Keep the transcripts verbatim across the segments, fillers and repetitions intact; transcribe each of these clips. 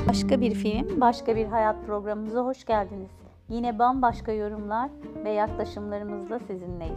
Başka bir film, başka bir hayat programımıza hoş geldiniz. Yine bambaşka yorumlar ve yaklaşımlarımızla sizinleyiz.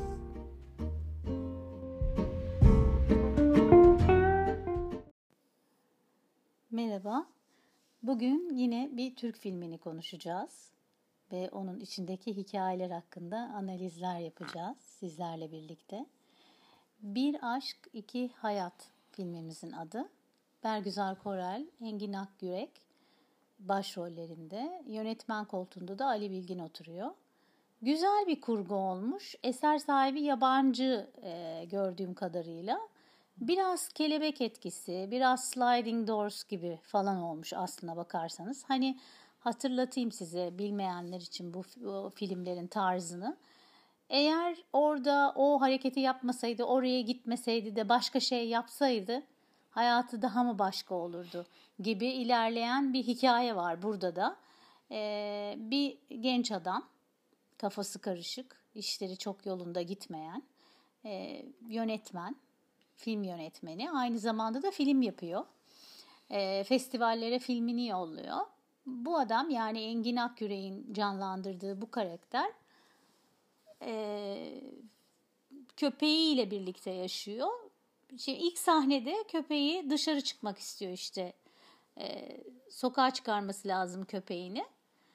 Merhaba. Bugün yine bir Türk filmini konuşacağız ve onun içindeki hikayeler hakkında analizler yapacağız sizlerle birlikte. Bir Aşk, İki Hayat filmimizin adı. Bergüzar Korel, Engin Akyürek başrollerinde. Yönetmen koltuğunda da Ali Bilgin oturuyor. Güzel bir kurgu olmuş. Eser sahibi yabancı e, gördüğüm kadarıyla. Biraz kelebek etkisi, biraz sliding doors gibi falan olmuş aslına bakarsanız. Hani hatırlatayım size bilmeyenler için bu, bu filmlerin tarzını. Eğer orada o hareketi yapmasaydı, oraya gitmeseydi de başka şey yapsaydı hayatı daha mı başka olurdu gibi ilerleyen bir hikaye var burada da. Ee, bir genç adam, kafası karışık, işleri çok yolunda gitmeyen, e, yönetmen, film yönetmeni, aynı zamanda da film yapıyor. E, festivallere filmini yolluyor. Bu adam, yani Engin Akyürek'in canlandırdığı bu karakter e, köpeğiyle birlikte yaşıyor. Şimdi ilk sahnede köpeği dışarı çıkmak istiyor işte. E, sokağa çıkarması lazım köpeğini.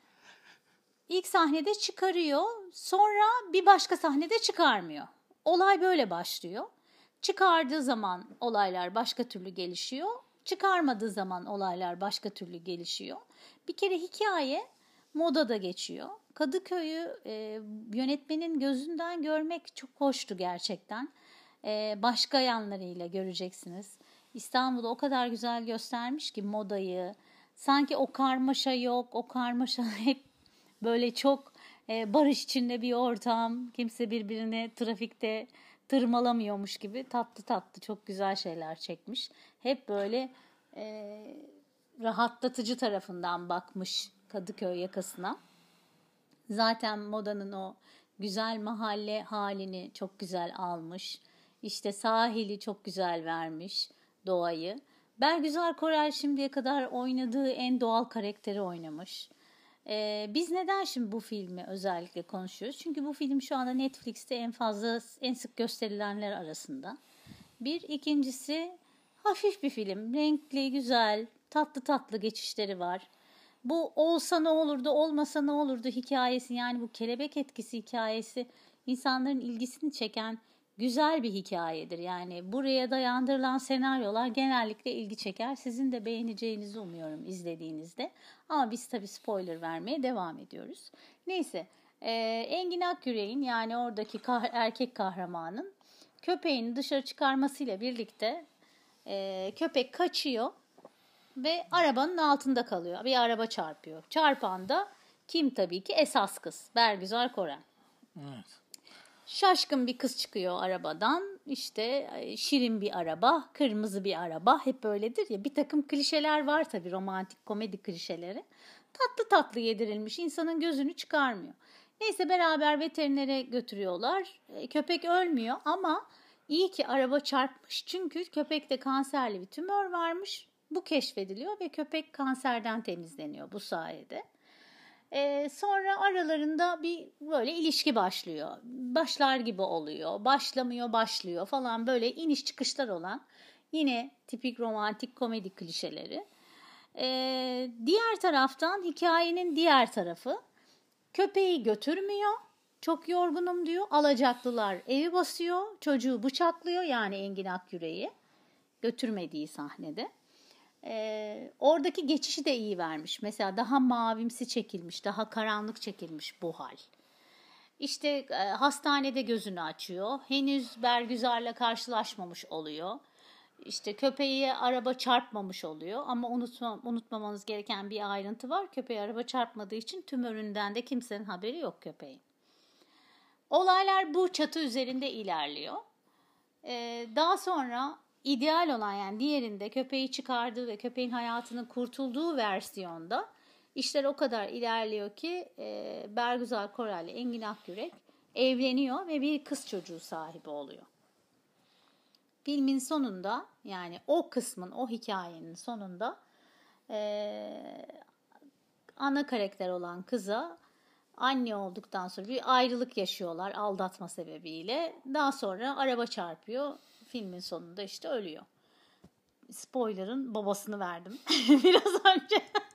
İlk sahnede çıkarıyor. Sonra bir başka sahnede çıkarmıyor. Olay böyle başlıyor. Çıkardığı zaman olaylar başka türlü gelişiyor. Çıkarmadığı zaman olaylar başka türlü gelişiyor. Bir kere hikaye modada geçiyor. Kadıköy'ü e, yönetmenin gözünden görmek çok hoştu gerçekten. E, başka yanlarıyla göreceksiniz. İstanbul'u o kadar güzel göstermiş ki modayı. Sanki o karmaşa yok, o karmaşa hep böyle çok e, barış içinde bir ortam. Kimse birbirini trafikte tırmalamıyormuş gibi tatlı tatlı çok güzel şeyler çekmiş. Hep böyle e, rahatlatıcı tarafından bakmış Kadıköy yakasına. Zaten modanın o güzel mahalle halini çok güzel almış. İşte sahili çok güzel vermiş, doğayı. Bergüzar Korel şimdiye kadar oynadığı en doğal karakteri oynamış. Ee, biz neden şimdi bu filmi özellikle konuşuyoruz? Çünkü bu film şu anda Netflix'te en fazla, en sık gösterilenler arasında. Bir, ikincisi hafif bir film. Renkli, güzel, tatlı tatlı geçişleri var. Bu olsa ne olurdu, olmasa ne olurdu hikayesi, yani bu kelebek etkisi hikayesi insanların ilgisini çeken güzel bir hikayedir. Yani buraya dayandırılan senaryolar genellikle ilgi çeker. Sizin de beğeneceğinizi umuyorum izlediğinizde. Ama biz tabii spoiler vermeye devam ediyoruz. Neyse, e, Engin Akyürek'in, yani oradaki kah- erkek kahramanın köpeğini dışarı çıkarmasıyla birlikte e, köpek kaçıyor. Ve arabanın altında kalıyor. Bir araba çarpıyor. Çarpan da kim tabii ki? Esas kız. Bergüzar Korel. Evet. Şaşkın bir kız çıkıyor arabadan. İşte şirin bir araba, kırmızı bir araba. Hep böyledir ya. Bir takım klişeler var tabii, romantik komedi klişeleri. Tatlı tatlı yedirilmiş. İnsanın gözünü çıkarmıyor. Neyse, beraber veterinere götürüyorlar. Köpek ölmüyor ama iyi ki araba çarpmış. Çünkü köpekte kanserli bir tümör varmış. Bu keşfediliyor ve köpek kanserden temizleniyor bu sayede. Ee, sonra aralarında bir böyle ilişki başlıyor. Başlar gibi oluyor, başlamıyor, başlıyor falan, böyle iniş çıkışlar olan yine tipik romantik komedi klişeleri. Ee, diğer taraftan hikayenin diğer tarafı, köpeği götürmüyor. Çok yorgunum diyor. Alacaklılar evi basıyor. Çocuğu bıçaklıyor, yani Engin Akyürek'i götürmediği sahnede. Ee, oradaki geçişi de iyi vermiş. Mesela daha mavimsi çekilmiş, daha karanlık çekilmiş bu hal. İşte e, hastanede gözünü açıyor. Henüz Bergüzar'la karşılaşmamış oluyor. İşte köpeğe araba çarpmamış oluyor. Ama unutma, unutmamanız gereken bir ayrıntı var. Köpeğe araba çarpmadığı için tümöründen de kimsenin haberi yok köpeğin. Olaylar bu çatı üzerinde ilerliyor. Ee, daha sonra ideal olan, yani diğerinde köpeği çıkardığı ve köpeğin hayatının kurtulduğu versiyonda işler o kadar ilerliyor ki e, Bergüzar Korel ile Engin Akyürek evleniyor ve bir kız çocuğu sahibi oluyor. Filmin sonunda, yani o kısmın, o hikayenin sonunda Ee, ana karakter olan kıza anne olduktan sonra bir ayrılık yaşıyorlar aldatma sebebiyle. Daha sonra araba çarpıyor. Filmin sonunda işte ölüyor. Spoiler'ın babasını verdim. Biraz önce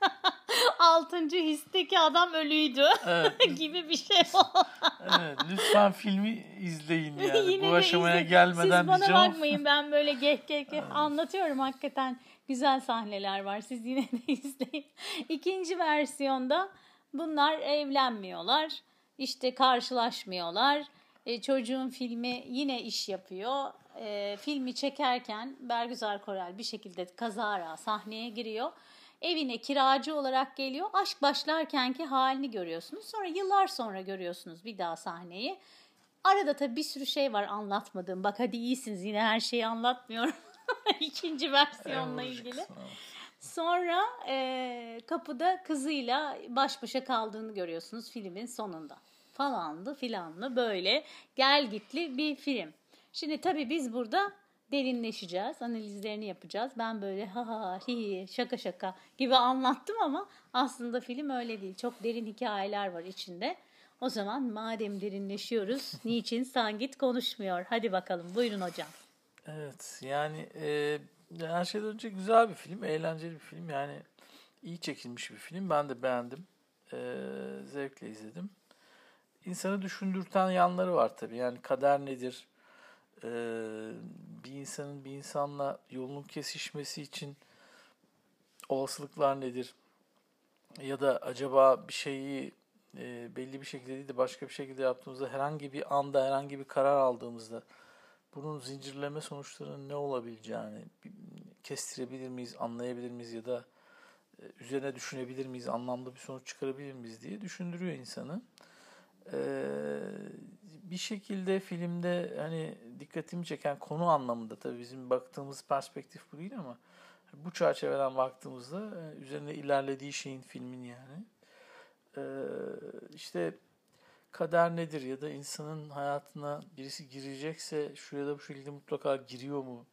altıncı histeki adam ölüydü. Evet. gibi bir şey oldu. Evet, lütfen filmi izleyin yani. Yine Bu aşamaya izle. gelmeden Siz bana diyeceğim. bakmayın, ben böyle geh geh geh anlatıyorum, hakikaten güzel sahneler var. Siz yine de izleyin. İkinci versiyonda bunlar evlenmiyorlar. İşte karşılaşmıyorlar. E, çocuğun filmi yine iş yapıyor. E, filmi çekerken Bergüzar Korel bir şekilde kazara sahneye giriyor. Evine kiracı olarak geliyor. Aşk başlarkenki halini görüyorsunuz. Sonra yıllar sonra görüyorsunuz bir daha sahneyi. Arada tabii bir sürü şey var anlatmadığım. Bak hadi iyisiniz, yine her şeyi anlatmıyorum. İkinci versiyonla ilgili. Sonra e, kapıda kızıyla baş başa kaldığını görüyorsunuz filmin sonunda. Falanlı filanlı böyle gel gitli bir film. Şimdi tabii biz burada derinleşeceğiz, analizlerini yapacağız. Ben böyle ha ha hi şaka şaka gibi anlattım ama aslında film öyle değil. Çok derin hikayeler var içinde. O zaman madem derinleşiyoruz, niçin Sangit konuşmuyor? Hadi bakalım, buyurun hocam. Evet, yani e, her şeyden önce güzel bir film, eğlenceli bir film. Yani iyi çekilmiş bir film. Ben de beğendim. E, zevkle izledim. İnsanı düşündürten yanları var tabii. Yani kader nedir? E, bir insanın bir insanla yolunun kesişmesi için olasılıklar nedir? Ya da acaba bir şeyi e, belli bir şekilde değil de başka bir şekilde yaptığımızda, herhangi bir anda herhangi bir karar aldığımızda bunun zincirleme sonuçlarının ne olabileceğini kestirebilir miyiz, anlayabilir miyiz ya da üzerine düşünebilir miyiz, anlamlı bir sonuç çıkarabilir miyiz diye düşündürüyor insanı. Ee, bir şekilde filmde hani dikkatimi çeken konu anlamında, tabii bizim baktığımız perspektif bu değil ama bu çerçeveden baktığımızda üzerine ilerlediği şeyin, filmin yani ee, işte kader nedir ya da insanın hayatına birisi girecekse şu ya da bu şekilde mutlaka giriyor mu?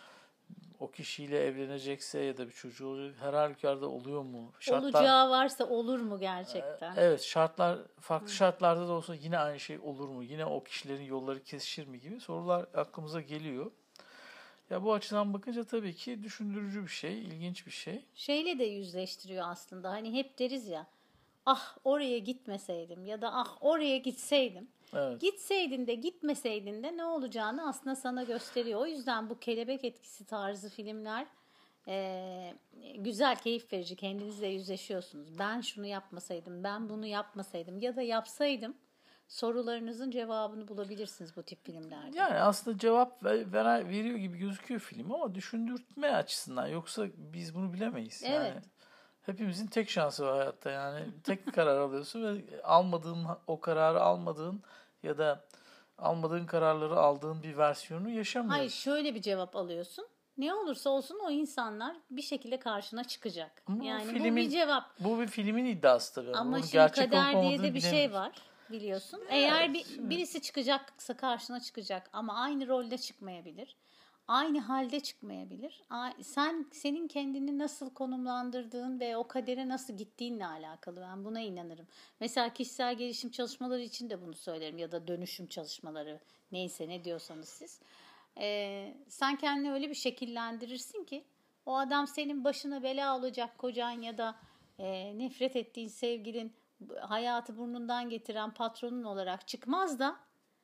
O kişiyle evlenecekse ya da bir çocuğu olacak, her halükarda oluyor mu? Şartlar, olacağı varsa olur mu gerçekten? Evet, şartlar farklı Hı. şartlarda da olsa yine aynı şey olur mu? Yine o kişilerin yolları kesişir mi gibi sorular aklımıza geliyor. Ya bu açıdan bakınca tabii ki düşündürücü bir şey, ilginç bir şey. Şeyle de yüzleştiriyor aslında. Hani hep deriz ya, ah oraya gitmeseydim ya da ah oraya gitseydim. Evet. Gitseydin de gitmeseydin de ne olacağını aslında sana gösteriyor. O yüzden bu kelebek etkisi tarzı filmler e, güzel, keyif verici. Kendinizle yüzleşiyorsunuz. Ben şunu yapmasaydım, ben bunu yapmasaydım ya da yapsaydım, sorularınızın cevabını bulabilirsiniz bu tip filmlerde. Yani aslında cevap ver, ver, veriyor gibi gözüküyor film ama düşündürtme açısından, yoksa biz bunu bilemeyiz. Evet. Yani hepimizin tek şansı var hayatta, yani tek bir karar alıyorsun ve almadığın, o kararı almadığın ya da almadığın kararları aldığın bir versiyonu yaşamıyorsun. Hayır, şöyle bir cevap alıyorsun. Ne olursa olsun o insanlar bir şekilde karşına çıkacak. Ama yani filmin, bu bir cevap. Bu bir filmin iddiası tabii. Ama Bunun şimdi kader diye de bir şey var, biliyorsun. Evet, eğer bir, şimdi. birisi çıkacaksa karşına çıkacak ama aynı rolde çıkmayabilir. Aynı halde çıkmayabilir. Sen senin kendini nasıl konumlandırdığın ve o kadere nasıl gittiğinle alakalı. Ben buna inanırım. Mesela kişisel gelişim çalışmaları için de bunu söylerim ya da dönüşüm çalışmaları, neyse ne diyorsanız siz. Ee, sen kendini öyle bir şekillendirirsin ki o adam senin başına bela olacak kocan ya da e, nefret ettiğin sevgilin, hayatı burnundan getiren patronun olarak çıkmaz da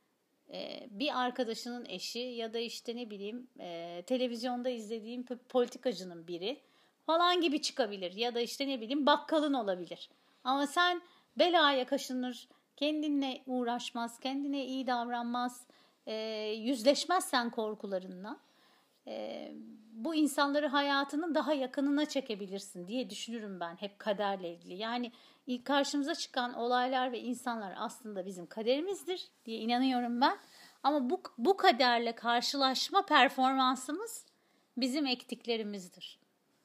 e, bir arkadaşının eşi ya da işte ne bileyim e, televizyonda izlediğim politikacının biri falan gibi çıkabilir ya da işte ne bileyim bakkalın olabilir. Ama sen belaya kaşınır, kendinle uğraşmaz, kendine iyi davranmaz, e, yüzleşmezsen korkularınla e, bu insanları hayatının daha yakınına çekebilirsin diye düşünürüm ben hep kaderle ilgili. Yani ilk karşımıza çıkan olaylar ve insanlar aslında bizim kaderimizdir diye inanıyorum ben. Ama bu, bu kaderle karşılaşma performansımız bizim ektiklerimizdir.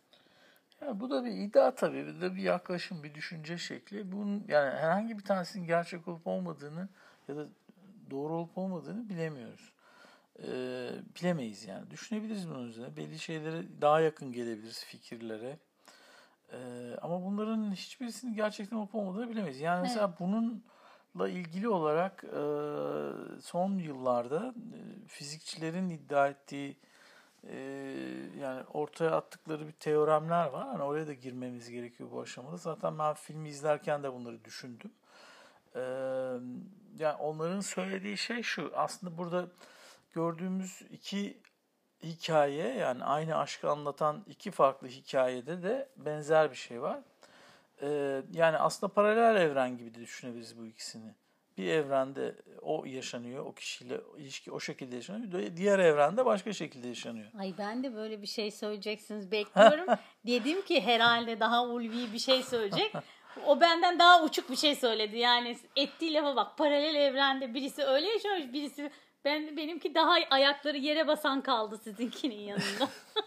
Ya bu da bir iddia tabii, bu da bir yaklaşım, bir düşünce şekli. Bunun yani herhangi bir tanesinin gerçek olup olmadığını ya da doğru olup olmadığını bilemiyoruz. Ee, bilemeyiz yani. Düşünebiliriz bunun üzerine. Belli şeylere daha yakın gelebiliriz, fikirlere. Ee, ama bunların hiçbirisinin gerçekten olup olmadığını bilemeyiz. Yani mesela evet. bununla ilgili olarak e, son yıllarda e, fizikçilerin iddia ettiği e, yani ortaya attıkları bir teoremler var. Hani oraya da girmemiz gerekiyor bu aşamada. Zaten ben filmi izlerken de bunları düşündüm. Ee, yani onların söylediği şey şu. Aslında burada gördüğümüz iki hikaye, yani aynı aşkı anlatan iki farklı hikayede de benzer bir şey var. Ee, yani aslında paralel evren gibi de düşünebiliriz bu ikisini. Bir evrende o yaşanıyor, o kişiyle ilişki o şekilde yaşanıyor. Diğer evrende başka şekilde yaşanıyor. Ay ben de böyle bir şey söyleyeceksiniz bekliyorum. Dedim ki herhalde daha ulvi bir şey söyleyecek. O benden daha uçuk bir şey söyledi. Yani ettiği lafa bak, paralel evrende birisi öyle yaşamış, birisi... Ben benimki daha ayakları yere basan kaldı sizinkinin yanında.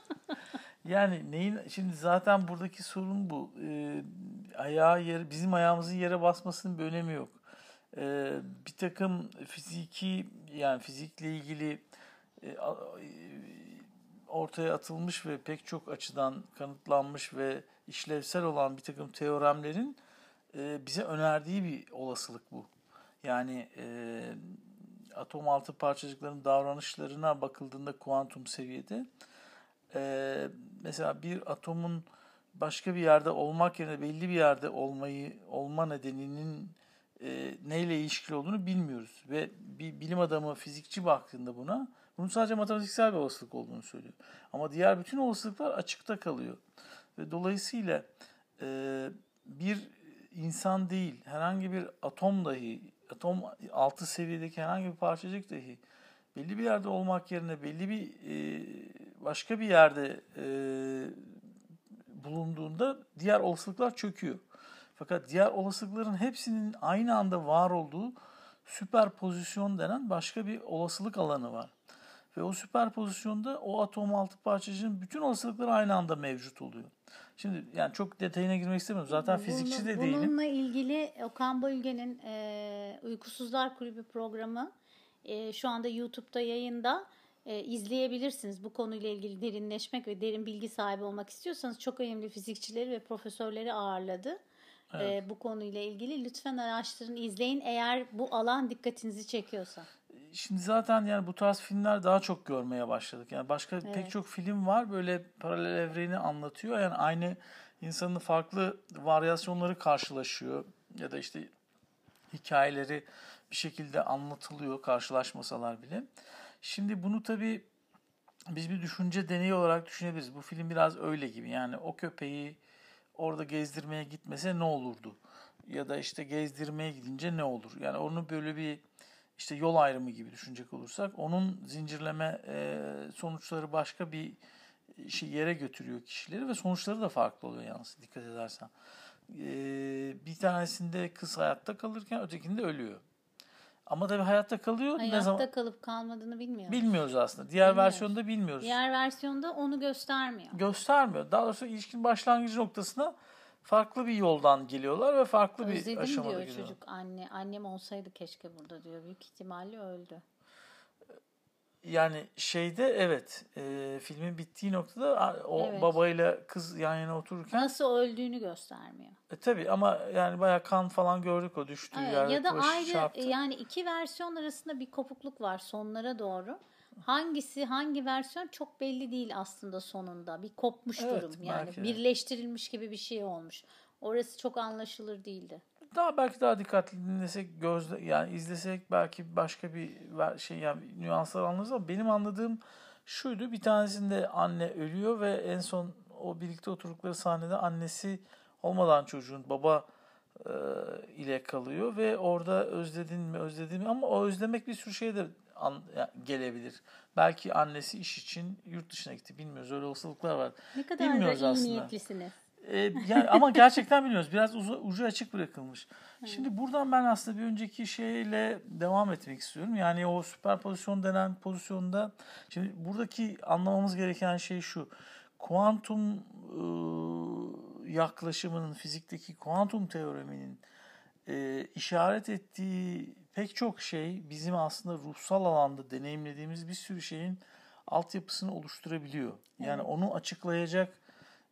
Yani neyin şimdi zaten buradaki sorun bu. Ee, ayağı yere, bizim ayağımızın yere basmasının bir önemi yok. Ee, bir takım fiziki, yani fizikle ilgili e, ortaya atılmış ve pek çok açıdan kanıtlanmış ve işlevsel olan bir takım teoremlerin e, bize önerdiği bir olasılık bu. Yani e, atom altı parçacıkların davranışlarına bakıldığında kuantum seviyede e, mesela bir atomun başka bir yerde olmak yerine belli bir yerde olmayı olma nedeninin e, neyle ilişkili olduğunu bilmiyoruz. Ve bir bilim adamı, fizikçi baktığında buna, bunun sadece matematiksel bir olasılık olduğunu söylüyor. Ama diğer bütün olasılıklar açıkta kalıyor. Ve dolayısıyla e, bir insan değil, herhangi bir atom dahi, atom altı seviyedeki herhangi bir parçacık dahi belli bir yerde olmak yerine belli bir e, başka bir yerde e, bulunduğunda diğer olasılıklar çöküyor. Fakat diğer olasılıkların hepsinin aynı anda var olduğu süperpozisyon denen başka bir olasılık alanı var. Ve o süperpozisyonda o atom altı parçacığın bütün olasılıkları aynı anda mevcut oluyor. Şimdi yani çok detayına girmek istemiyorum. Zaten Bunu, fizikçi de değilim. Bununla ilgili Okan Bayülgen'in e, Uykusuzlar Kulübü programı e, şu anda YouTube'da yayında. E, izleyebilirsiniz. Bu konuyla ilgili derinleşmek ve derin bilgi sahibi olmak istiyorsanız çok önemli fizikçileri ve profesörleri ağırladı. Evet. E, bu konuyla ilgili lütfen araştırın, izleyin eğer bu alan dikkatinizi çekiyorsa. Şimdi zaten yani bu tarz filmler daha çok görmeye başladık. Yani başka evet. pek çok film var böyle paralel evreni anlatıyor. Yani aynı insanın farklı varyasyonları karşılaşıyor ya da işte hikayeleri bir şekilde anlatılıyor karşılaşmasalar bile. Şimdi bunu tabii biz bir düşünce deneyi olarak düşünebiliriz. Bu film biraz öyle gibi. Yani o köpeği orada gezdirmeye gitmese ne olurdu? Ya da işte gezdirmeye gidince ne olur? Yani onu böyle bir işte yol ayrımı gibi düşünecek olursak onun zincirleme e, sonuçları başka bir şey yere götürüyor kişileri ve sonuçları da farklı oluyor yalnız dikkat edersen. E, bir tanesinde kız hayatta kalırken ötekinde ölüyor. Ama tabii hayatta kalıyor. Hayatta ne zaman kalıp kalmadığını bilmiyoruz. Bilmiyoruz aslında. Diğer bilmiyoruz. Versiyonda bilmiyoruz. Diğer versiyonda onu göstermiyor. Göstermiyor. Daha doğrusu ilişkinin başlangıcı noktasına farklı bir yoldan geliyorlar ve farklı Özledim bir aşamada diyor geliyorlar. Çocuk anne. Annem olsaydı keşke burada diyor. Büyük ihtimalle öldü. Yani şeyde evet e, filmin bittiği noktada o evet. babayla kız yan yana otururken nasıl öldüğünü göstermiyor. E tabii ama yani bayağı kan falan gördük o düştüğü evet, yerde. Ya da ayrı çarptı. Yani iki versiyon arasında bir kopukluk var sonlara doğru. Hangisi hangi versiyon çok belli değil aslında sonunda. Bir kopmuş evet, durum yani belki. Birleştirilmiş gibi bir şey olmuş. Orası çok anlaşılır değildi. Daha belki daha dikkatli dinlesek, gözle yani izlesek belki başka bir şey yani nüanslar anlarız ama benim anladığım şuydu. Bir tanesinde anne ölüyor ve en son o birlikte oturdukları sahnede annesi olmadan çocuğun baba e, ile kalıyor ve orada özledin mi özledin mi ama o özlemek bir sürü şeye de an, yani gelebilir. Belki annesi iş için yurt dışına gitti. Bilmiyoruz. Öyle olasılıklar var. Ne kadar bilmiyoruz da iyi aslında. Niyetlisiniz. Ee, yani ama gerçekten bilmiyoruz. Biraz ucu, ucu açık bırakılmış. Hmm. Şimdi buradan ben aslında bir önceki şeyle devam etmek istiyorum. Yani o süperpozisyon denen pozisyonda şimdi buradaki anlamamız gereken şey şu. Kuantum e, yaklaşımının, fizikteki kuantum teoreminin e, işaret ettiği pek çok şey bizim aslında ruhsal alanda deneyimlediğimiz bir sürü şeyin altyapısını oluşturabiliyor. Yani evet. onu açıklayacak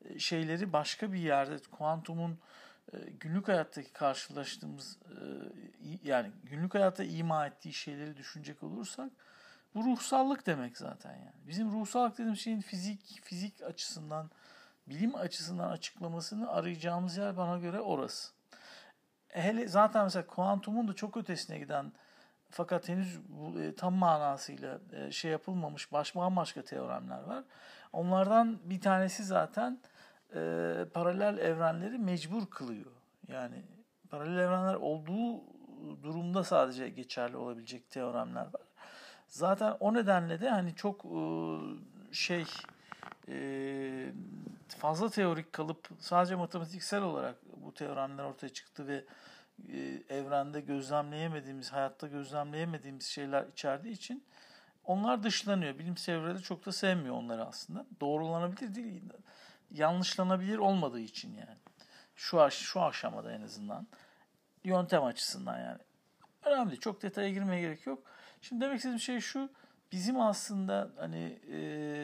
şeyleri başka bir yerde, kuantumun günlük hayattaki karşılaştığımız yani günlük hayatta ima ettiği şeyleri düşünecek olursak bu ruhsallık demek zaten yani. Bizim ruhsallık dediğimiz şeyin fizik fizik açısından, bilim açısından açıklamasını arayacağımız yer bana göre orası. Hele zaten mesela kuantumun da çok ötesine giden fakat henüz bu, e, tam manasıyla e, şey yapılmamış başka başka teoremler var. Onlardan bir tanesi zaten e, paralel evrenleri mecbur kılıyor. Yani paralel evrenler olduğu durumda sadece geçerli olabilecek teoremler var. Zaten o nedenle de hani çok e, şey e, fazla teorik kalıp sadece matematiksel olarak bu teoremler ortaya çıktı ve evrende gözlemleyemediğimiz, hayatta gözlemleyemediğimiz şeyler içerdiği için onlar dışlanıyor. Bilim çevreleri çok da sevmiyor onları aslında. Doğrulanabilir değil, yanlışlanabilir olmadığı için yani. Şu aş şu aşamada en azından yöntem açısından yani. Önemli. Çok detaya girmeye gerek yok. Şimdi demek istediğim şey şu. Bizim aslında hani e,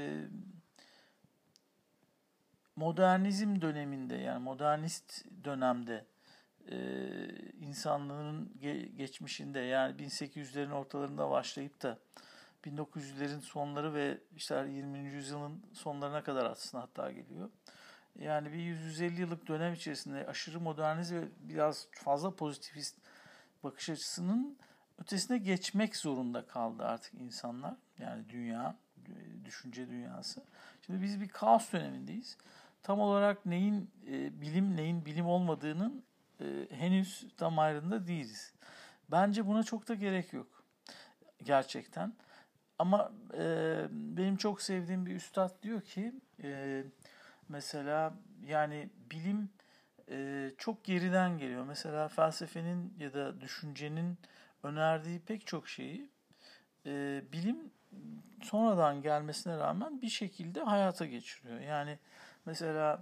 modernizm döneminde yani modernist dönemde Ee, insanlığın ge- geçmişinde yani bin sekiz yüzlerin ortalarında başlayıp da bin dokuz yüzlerin sonları ve işte yirminci yüzyılın sonlarına kadar aslında hatta geliyor. Yani bir yüz yüz elli yıllık dönem içerisinde aşırı modernist ve biraz fazla pozitivist bakış açısının ötesine geçmek zorunda kaldı artık insanlar. Yani dünya, düşünce dünyası. Şimdi biz bir kaos dönemindeyiz. Tam olarak neyin e, bilim, neyin bilim olmadığının e, henüz tam ayrında değiliz. Bence buna çok da gerek yok. Gerçekten. Ama e, benim çok sevdiğim bir üstad diyor ki e, mesela yani bilim e, çok geriden geliyor. Mesela felsefenin ya da düşüncenin önerdiği pek çok şeyi e, bilim sonradan gelmesine rağmen bir şekilde hayata geçiriyor. Yani mesela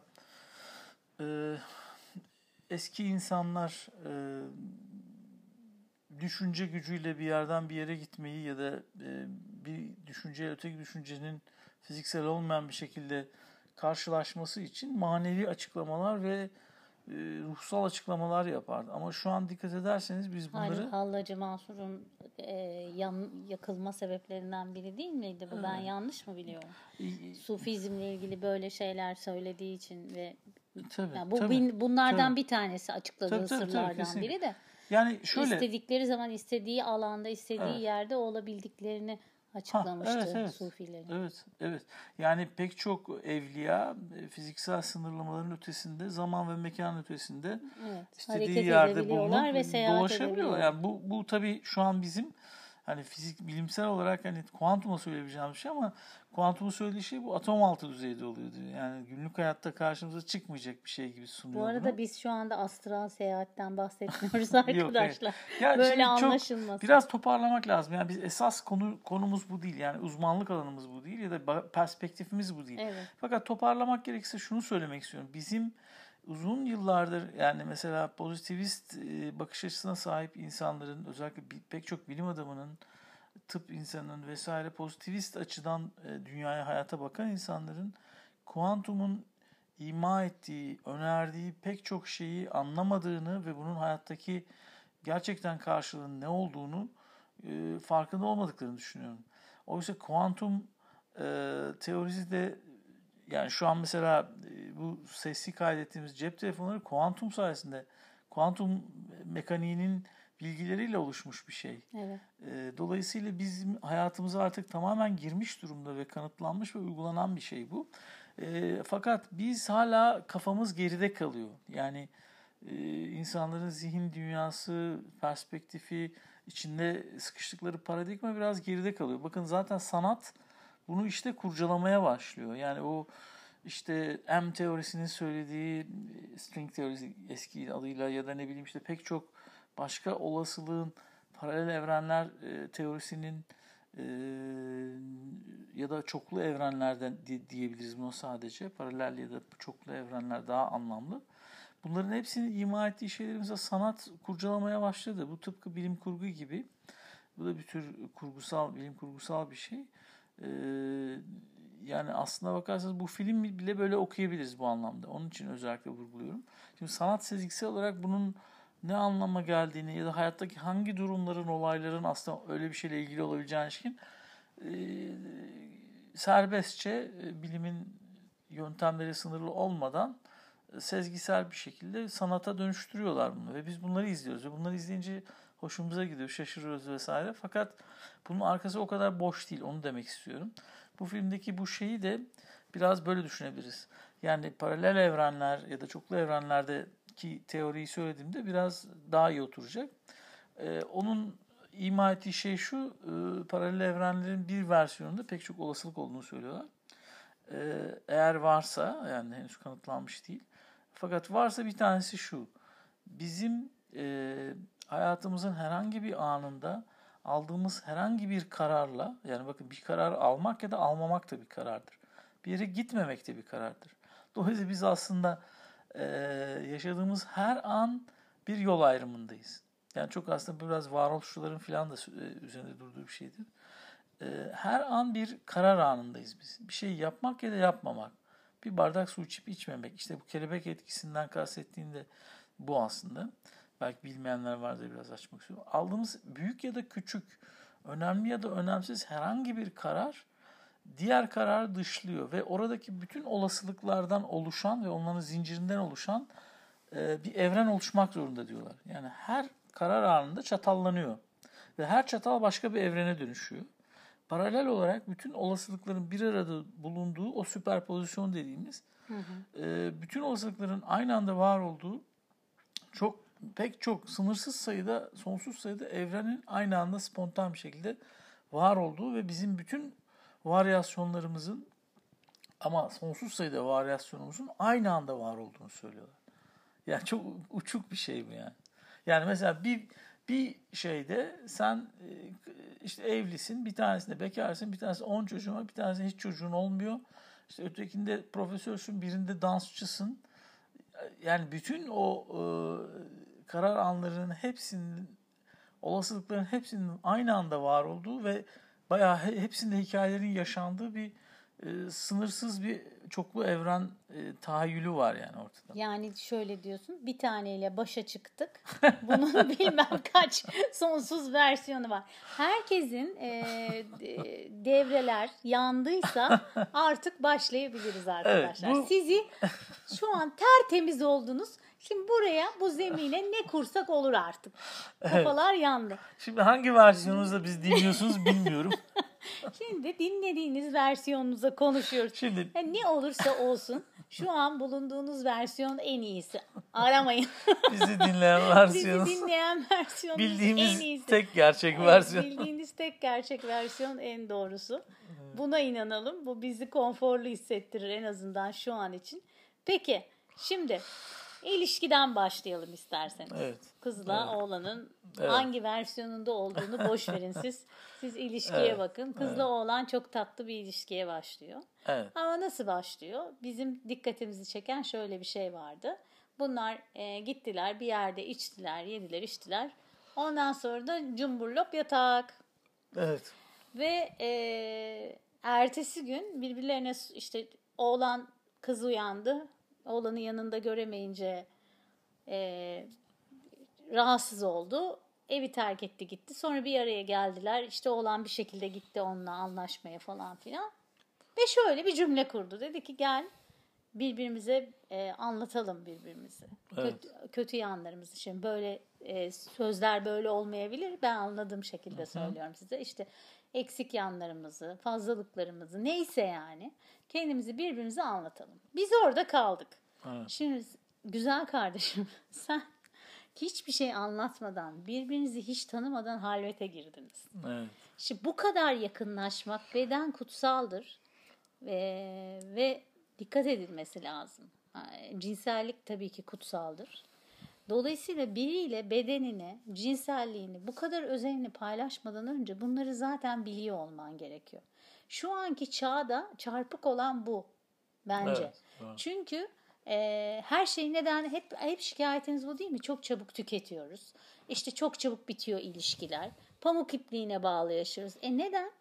e, eski insanlar e, düşünce gücüyle bir yerden bir yere gitmeyi ya da e, bir düşünce öteki düşüncenin fiziksel olmayan bir şekilde karşılaşması için manevi açıklamalar ve e, ruhsal açıklamalar yapardı. Ama şu an dikkat ederseniz biz bunları... Hayır, Hallacı Mansur'un e, yan, yakılma sebeplerinden biri değil miydi bu? Evet. Ben yanlış mı biliyorum? Sufizmle ilgili böyle şeyler söylediği için ve tabii, yani bu tabii, bin, bunlardan tabii. bir tanesi açıkladığı tabii, tabii, sırlardan tabii, biri de. Yani şöyle istedikleri zaman istediği alanda, istediği evet. yerde olabildiklerini açıklamıştı ha, evet, evet. Sufilerin. Evet, evet. Yani pek çok evliya fiziksel sınırlamaların ötesinde, zaman ve mekan ötesinde evet, istediği yerde bulunup ve dolaşabiliyorlar. Yani bu bu tabii şu an bizim hani fizik bilimsel olarak hani kuantuma söyleyebileceğim bir şey ama kuantumun söylediği şey bu atom altı düzeyde oluyor diyor. Yani günlük hayatta karşımıza çıkmayacak bir şey gibi sunuyor. Bu arada bunu. Biz şu anda astral seyahatten bahsetmiyoruz arkadaşlar. Yok, yani böyle anlaşılmasın. Biraz toparlamak lazım. Yani biz esas konu konumuz bu değil. Yani uzmanlık alanımız bu değil ya da perspektifimiz bu değil. Evet. Fakat toparlamak gerekirse şunu söylemek istiyorum. Bizim uzun yıllardır yani mesela pozitivist bakış açısına sahip insanların özellikle pek çok bilim adamının, tıp insanının vesaire pozitivist açıdan dünyaya, hayata bakan insanların kuantumun ima ettiği, önerdiği pek çok şeyi anlamadığını ve bunun hayattaki gerçekten karşılığının ne olduğunu e, farkında olmadıklarını düşünüyorum. Oysa kuantum e, teorisi de yani şu an mesela e, bu sesli kaydettiğimiz cep telefonları kuantum sayesinde kuantum mekaniğinin bilgileriyle oluşmuş bir şey. Evet. E, dolayısıyla bizim hayatımıza artık tamamen girmiş durumda ve kanıtlanmış ve uygulanan bir şey bu. E, fakat biz hala kafamız geride kalıyor. Yani e, insanların zihin dünyası, perspektifi, içinde sıkıştıkları paradigma biraz geride kalıyor. Bakın zaten sanat bunu işte kurcalamaya başlıyor. Yani o işte M teorisinin söylediği string teorisi eski adıyla ya da ne bileyim işte pek çok başka olasılığın paralel evrenler e, teorisinin e, ya da çoklu evrenlerden diyebiliriz bunu sadece. Paralel ya da çoklu evrenler daha anlamlı. Bunların hepsini ima ettiği şeylerimize sanat kurcalamaya başladı. Bu tıpkı bilim kurgu gibi. Bu da bir tür kurgusal, bilim kurgusal bir şey. Ee, yani aslına bakarsanız bu film bile böyle okuyabiliriz bu anlamda. Onun için özellikle vurguluyorum. Şimdi sanat sezgisel olarak bunun ne anlama geldiğini ya da hayattaki hangi durumların, olayların aslında öyle bir şeyle ilgili olabileceğine ilişkin e, serbestçe e, bilimin yöntemleri sınırlı olmadan e, sezgisel bir şekilde sanata dönüştürüyorlar bunu ve biz bunları izliyoruz ve bunları izleyince hoşumuza gidiyor, şaşırıyoruz vesaire. Fakat bunun arkası o kadar boş değil, onu demek istiyorum. Bu filmdeki bu şeyi de biraz böyle düşünebiliriz. Yani paralel evrenler ya da çoklu evrenlerdeki teoriyi söylediğimde biraz daha iyi oturacak. Ee, onun ima ettiği şey şu, e, paralel evrenlerin bir versiyonunda pek çok olasılık olduğunu söylüyorlar. Ee, eğer varsa, yani henüz kanıtlanmış değil. Fakat varsa bir tanesi şu, bizim e, hayatımızın herhangi bir anında aldığımız herhangi bir kararla, yani bakın bir karar almak ya da almamak da bir karardır. Bir yere gitmemek de bir karardır. Dolayısıyla biz aslında e, yaşadığımız her an bir yol ayrımındayız. Yani çok aslında biraz varoluşçuların falan da üzerinde durduğu bir şeydir. E, her an bir karar anındayız biz. Bir şey yapmak ya da yapmamak. Bir bardak su içip içmemek. İşte bu kelebek etkisinden kastettiğinde bu aslında. Belki bilmeyenler vardır, biraz açmak istiyorum. Aldığımız büyük ya da küçük, önemli ya da önemsiz herhangi bir karar diğer kararı dışlıyor ve oradaki bütün olasılıklardan oluşan ve onların zincirinden oluşan e, bir evren oluşmak zorunda diyorlar. Yani her karar anında çatallanıyor ve her çatal başka bir evrene dönüşüyor. Paralel olarak bütün olasılıkların bir arada bulunduğu o süperpozisyon dediğimiz hı hı. E, bütün olasılıkların aynı anda var olduğu çok pek çok sınırsız sayıda, sonsuz sayıda evrenin aynı anda spontan bir şekilde var olduğu ve bizim bütün varyasyonlarımızın ama sonsuz sayıda varyasyonumuzun aynı anda var olduğunu söylüyorlar. Yani çok uçuk bir şey bu yani. Yani mesela bir bir şeyde sen işte evlisin, bir tanesinde bekarsın, bir tanesi on çocuğun var, bir tanesinde hiç çocuğun olmuyor. İşte ötekinde profesörsün, birinde dansçısın. Yani bütün o e, karar anlarının hepsinin, olasılıkların hepsinin aynı anda var olduğu ve bayağı he, hepsinde hikayelerin yaşandığı bir e, sınırsız bir çoklu evren e, tahayyülü var yani ortada. Yani şöyle diyorsun, bir taneyle başa çıktık. Bunun bilmem kaç sonsuz versiyonu var. Herkesin e, devreler yandıysa artık başlayabiliriz arkadaşlar. Evet, bu... Sizi şu an tertemiz oldunuz. Şimdi buraya, bu zemine ne kursak olur artık. Kafalar evet. yandı. Şimdi hangi versiyonunuzda biz dinliyorsunuz bilmiyorum. Şimdi dinlediğiniz versiyonunuza konuşuyoruz. Şimdi yani ne olursa olsun şu an bulunduğunuz versiyon en iyisi. Aramayın. Bizi dinleyen versiyon. Bizi dinleyen versiyon bildiğimiz en iyisi. tek gerçek versiyon. Evet, bildiğiniz tek gerçek versiyon en doğrusu. Buna inanalım. Bu bizi konforlu hissettirir en azından şu an için. Peki şimdi İlişkiden başlayalım isterseniz. Evet. Kızla evet. oğlanın evet. hangi versiyonunda olduğunu boş verin siz. Siz ilişkiye evet. bakın. Kızla evet. oğlan çok tatlı bir ilişkiye başlıyor. Evet. Ama nasıl başlıyor? Bizim dikkatimizi çeken şöyle bir şey vardı. Bunlar e, gittiler bir yerde içtiler, yediler, içtiler. Ondan sonra da cumburlop yatak. Evet. Ve e, ertesi gün birbirlerine işte oğlan kız uyandı. Oğlanı yanında göremeyince e, rahatsız oldu. Evi terk etti gitti. Sonra bir araya geldiler. İşte oğlan bir şekilde gitti onunla anlaşmaya falan filan. Ve şöyle bir cümle kurdu. Dedi ki gel birbirimize e, anlatalım birbirimizi. Evet. Kötü, kötü yanlarımızı. Şimdi böyle e, sözler böyle olmayabilir. Ben anladığım şekilde Hı-hı. söylüyorum size. İşte eksik yanlarımızı, fazlalıklarımızı neyse yani kendimizi birbirimize anlatalım. Biz orada kaldık. Evet. Şimdi güzel kardeşim sen hiçbir şey anlatmadan, birbirinizi hiç tanımadan halvete girdiniz. Evet. Şimdi bu kadar yakınlaşmak beden kutsaldır ve, ve dikkat edilmesi lazım. Cinsellik tabii ki kutsaldır. Dolayısıyla biriyle bedenini, cinselliğini bu kadar özenli paylaşmadan önce bunları zaten biliyor olman gerekiyor. Şu anki çağda çarpık olan bu bence. Evet, evet. Çünkü e, her şey neden hep hep şikayetiniz bu değil mi? Çok çabuk tüketiyoruz. İşte çok çabuk bitiyor ilişkiler. Pamuk ipliğine bağlı yaşıyoruz. E neden?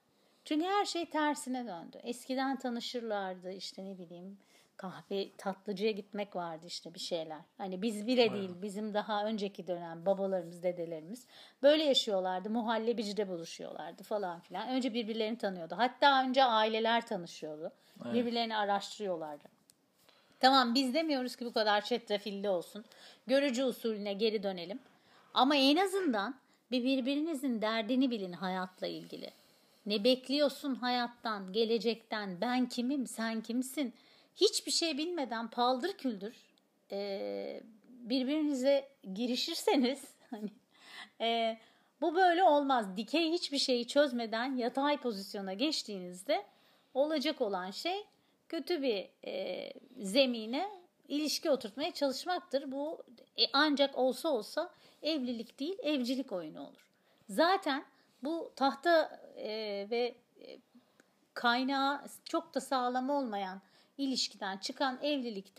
Çünkü her şey tersine döndü. Eskiden tanışırlardı, işte ne bileyim, kahve tatlıcıya gitmek vardı, işte bir şeyler. Hani biz bile değil, bizim daha önceki dönem babalarımız, dedelerimiz böyle yaşıyorlardı. Muhallebicide buluşuyorlardı falan filan. Önce birbirlerini tanıyordu. Hatta önce aileler tanışıyordu. Evet. Birbirlerini araştırıyorlardı. Tamam, biz demiyoruz ki bu kadar çetrefilli olsun. Görücü usulüne geri dönelim. Ama en azından bir birbirinizin derdini bilin hayatla ilgili. Ne bekliyorsun hayattan, gelecekten, ben kimim, sen kimsin? Hiçbir şey bilmeden paldır küldür e, birbirinize girişirseniz hani e, bu böyle olmaz. Dikey hiçbir şeyi çözmeden yatay pozisyona geçtiğinizde olacak olan şey kötü bir e, zemine ilişki oturtmaya çalışmaktır. Bu e, ancak olsa olsa evlilik değil, evcilik oyunu olur. Zaten bu tahta e, ve e, kaynağı çok da sağlam olmayan ilişkiden çıkan evlilikte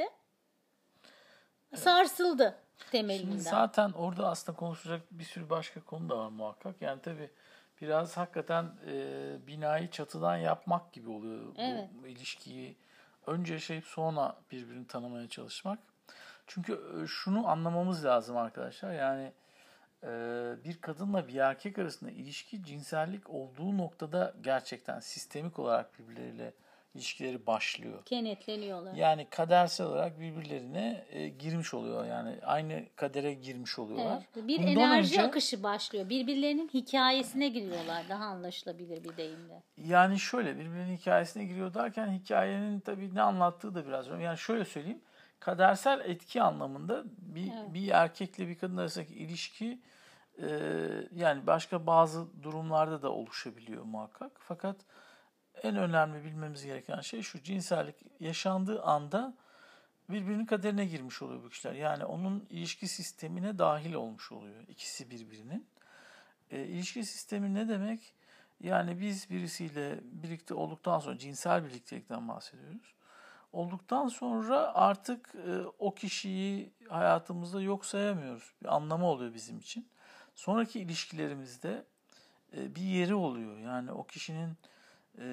evet. sarsıldı temelinden. Şimdi zaten orada aslında konuşacak bir sürü başka konu da var muhakkak. Yani tabii biraz hakikaten e, binayı çatıdan yapmak gibi oluyor. Evet. Bu ilişkiyi önce yaşayıp sonra birbirini tanımaya çalışmak. Çünkü şunu anlamamız lazım arkadaşlar. Yani e, bir kadınla bir erkek arasında ilişki cinsellik olduğu noktada gerçekten sistemik olarak birbirleriyle ilişkileri başlıyor. Kenetleniyorlar. Yani kadersel olarak birbirlerine e, girmiş oluyor. Yani aynı kadere girmiş oluyorlar. Evet. Bir Bundan enerji önce, akışı başlıyor. Birbirlerinin hikayesine giriyorlar. Daha anlaşılabilir bir deyimle. Yani şöyle birbirinin hikayesine giriyor derken hikayenin tabii ne anlattığı da biraz önemli. Yani şöyle söyleyeyim. Kadersel etki anlamında bir, Evet. bir erkekle bir kadın arasındaki ilişki e, yani başka bazı durumlarda da oluşabiliyor muhakkak. Fakat en önemli bilmemiz gereken şey şu: cinsellik yaşandığı anda birbirinin kaderine girmiş oluyor bu kişiler. Yani onun ilişki sistemine dahil olmuş oluyor ikisi birbirinin. E, ilişki sistemi ne demek? Yani biz birisiyle birlikte olduktan sonra, cinsel birliktelikten bahsediyoruz. Olduktan sonra artık e, o kişiyi hayatımızda yok sayamıyoruz. Bir anlamı oluyor bizim için. Sonraki ilişkilerimizde e, bir yeri oluyor. Yani o kişinin e,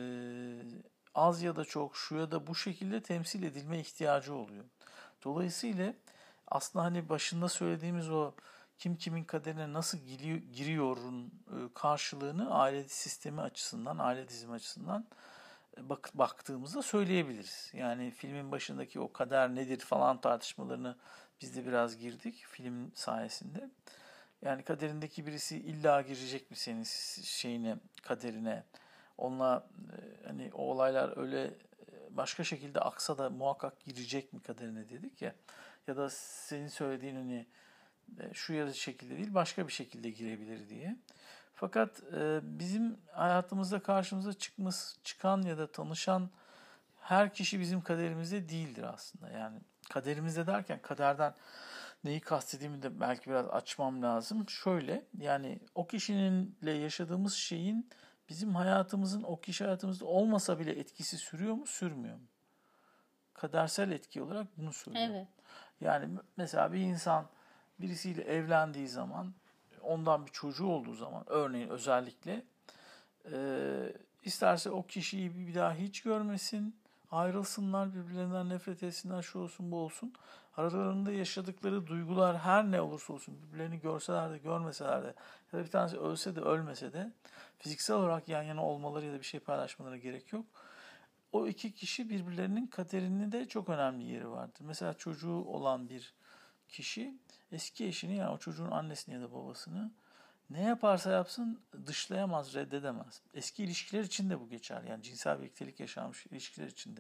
az ya da çok, şu ya da bu şekilde temsil edilme ihtiyacı oluyor. Dolayısıyla aslında hani başında söylediğimiz o kim kimin kaderine nasıl giriyor, giriyorun karşılığını aile sistemi açısından, aile dizimi açısından bak, baktığımızda söyleyebiliriz. Yani filmin başındaki o kader nedir falan tartışmalarını biz de biraz girdik film sayesinde. Yani kaderindeki birisi illa girecek mi senin şeyine, kaderine? Onunla hani o olaylar öyle başka şekilde aksa da muhakkak girecek mi kaderine dedik ya. Ya da senin söylediğin hani şu ya da şekilde değil başka bir şekilde girebilir diye. Fakat e, bizim hayatımızda karşımıza çıkması, çıkan ya da tanışan her kişi bizim kaderimizde değildir aslında. Yani kaderimizde derken kaderden neyi kastediğimi de belki biraz açmam lazım. Şöyle, yani o kişininle yaşadığımız şeyin bizim hayatımızın o kişi hayatımızda olmasa bile etkisi sürüyor mu, sürmüyor mu? Kadersel etki olarak bunu söylüyor. Evet. Yani mesela bir insan birisiyle evlendiği zaman, ondan bir çocuğu olduğu zaman örneğin özellikle e, isterse o kişiyi bir daha hiç görmesin, ayrılsınlar, birbirlerinden nefret etsinler, şu olsun bu olsun. Aralarında yaşadıkları duygular her ne olursa olsun, birbirlerini görseler de görmeseler de ya da bir tanesi ölse de ölmese de fiziksel olarak yan yana olmaları ya da bir şey paylaşmaları gerek yok. O iki kişi birbirlerinin kaderinin de çok önemli yeri vardır. Mesela çocuğu olan bir kişi eski eşini, yani o çocuğun annesini ya da babasını ne yaparsa yapsın dışlayamaz, reddedemez. Eski ilişkiler için de bu geçer. Yani cinsel birliktelik yaşanmış ilişkiler için de.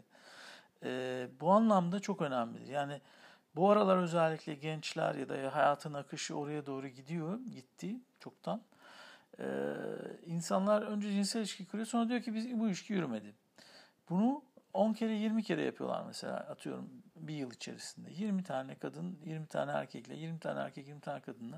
Ee, bu anlamda çok önemlidir. Yani bu aralar özellikle gençler ya da hayatın akışı oraya doğru gidiyor, gitti çoktan. Ee, insanlar önce cinsel ilişki kuruyor, sonra diyor ki biz bu ilişki yürümedi. Bunu on kere yirmi kere yapıyorlar mesela, atıyorum bir yıl içerisinde. yirmi tane kadın, yirmi tane erkekle, yirmi tane erkek, yirmi tane kadınla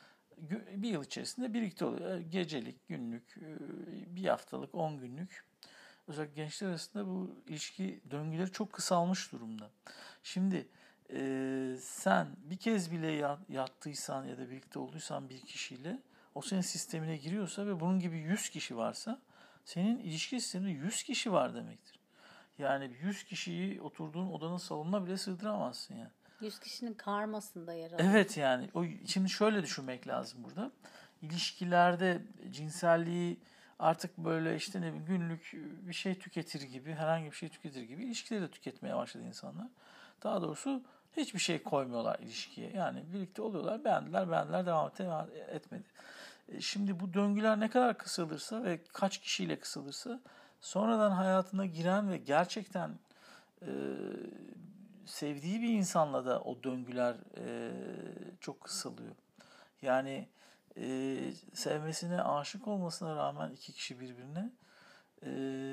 bir yıl içerisinde birlikte oluyor. Gecelik, günlük, bir haftalık, on günlük. Özellikle gençler arasında bu ilişki döngüleri çok kısalmış durumda. Şimdi e, sen bir kez bile yattıysan ya da birlikte olduysan bir kişiyle, o senin sistemine giriyorsa ve bunun gibi yüz kişi varsa senin ilişki sisteminde yüz kişi var demektir. Yani yüz kişiyi oturduğun odanın salonuna bile sığdıramazsın yani. yüz kişinin karmasında yer alıyor. Evet yani. O, şimdi şöyle düşünmek lazım burada. İlişkilerde cinselliği artık böyle işte ne bileyim günlük bir şey tüketir gibi, herhangi bir şey tüketir gibi ilişkileri de tüketmeye başladı insanlar. Daha doğrusu hiçbir şey koymuyorlar ilişkiye. Yani birlikte oluyorlar, beğendiler, beğendiler, devam etti, devam etmedi. Şimdi bu döngüler ne kadar kısalırsa ve kaç kişiyle kısalırsa sonradan hayatına giren ve gerçekten e, sevdiği bir insanla da o döngüler e, çok kısalıyor. Yani e, sevmesine, aşık olmasına rağmen iki kişi birbirine e,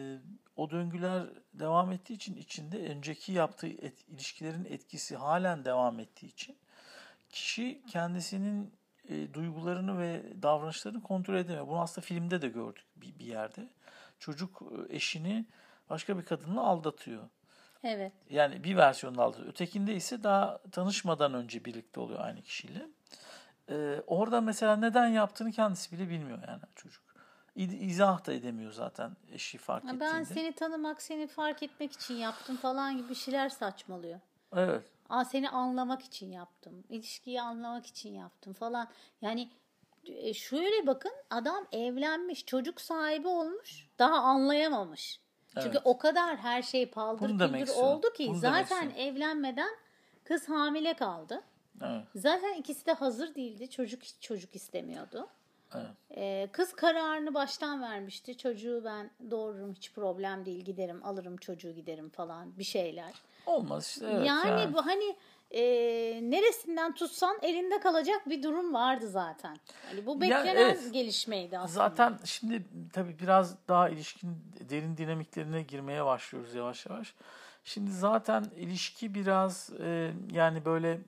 o döngüler devam ettiği için içinde önceki yaptığı et, ilişkilerin etkisi halen devam ettiği için kişi kendisinin e, duygularını ve davranışlarını kontrol edemiyor. Bunu aslında filmde de gördük bir, bir yerde. Çocuk eşini başka bir kadınla aldatıyor. Evet. Yani bir versiyonunu aldatıyor. Ötekinde ise daha tanışmadan önce birlikte oluyor aynı kişiyle. Ee, orada mesela neden yaptığını kendisi bile bilmiyor yani çocuk. İzah da edemiyor zaten eşi fark ettiğinde. Ben seni tanımak, seni fark etmek için yaptım falan gibi bir şeyler saçmalıyor. Evet. Aa, seni anlamak için yaptım. İlişkiyi anlamak için yaptım falan. Yani e, şöyle bakın, adam evlenmiş, çocuk sahibi olmuş, daha anlayamamış. Çünkü evet. O kadar her şey paldır küldür oldu ki Bunu zaten evlenmeden kız hamile kaldı. Evet. Zaten ikisi de hazır değildi. Çocuk hiç çocuk istemiyordu. Evet. Ee, kız kararını baştan vermişti. Çocuğu ben doğururum, hiç problem değil, giderim alırım çocuğu giderim falan bir şeyler. Olmaz işte. Evet, yani, yani bu hani e, neresinden tutsan elinde kalacak bir durum vardı zaten. Yani bu beklenen yani evet, gelişmeydi aslında. Zaten şimdi tabii biraz daha ilişkin derin dinamiklerine girmeye başlıyoruz yavaş yavaş. Şimdi zaten ilişki biraz e, yani böyle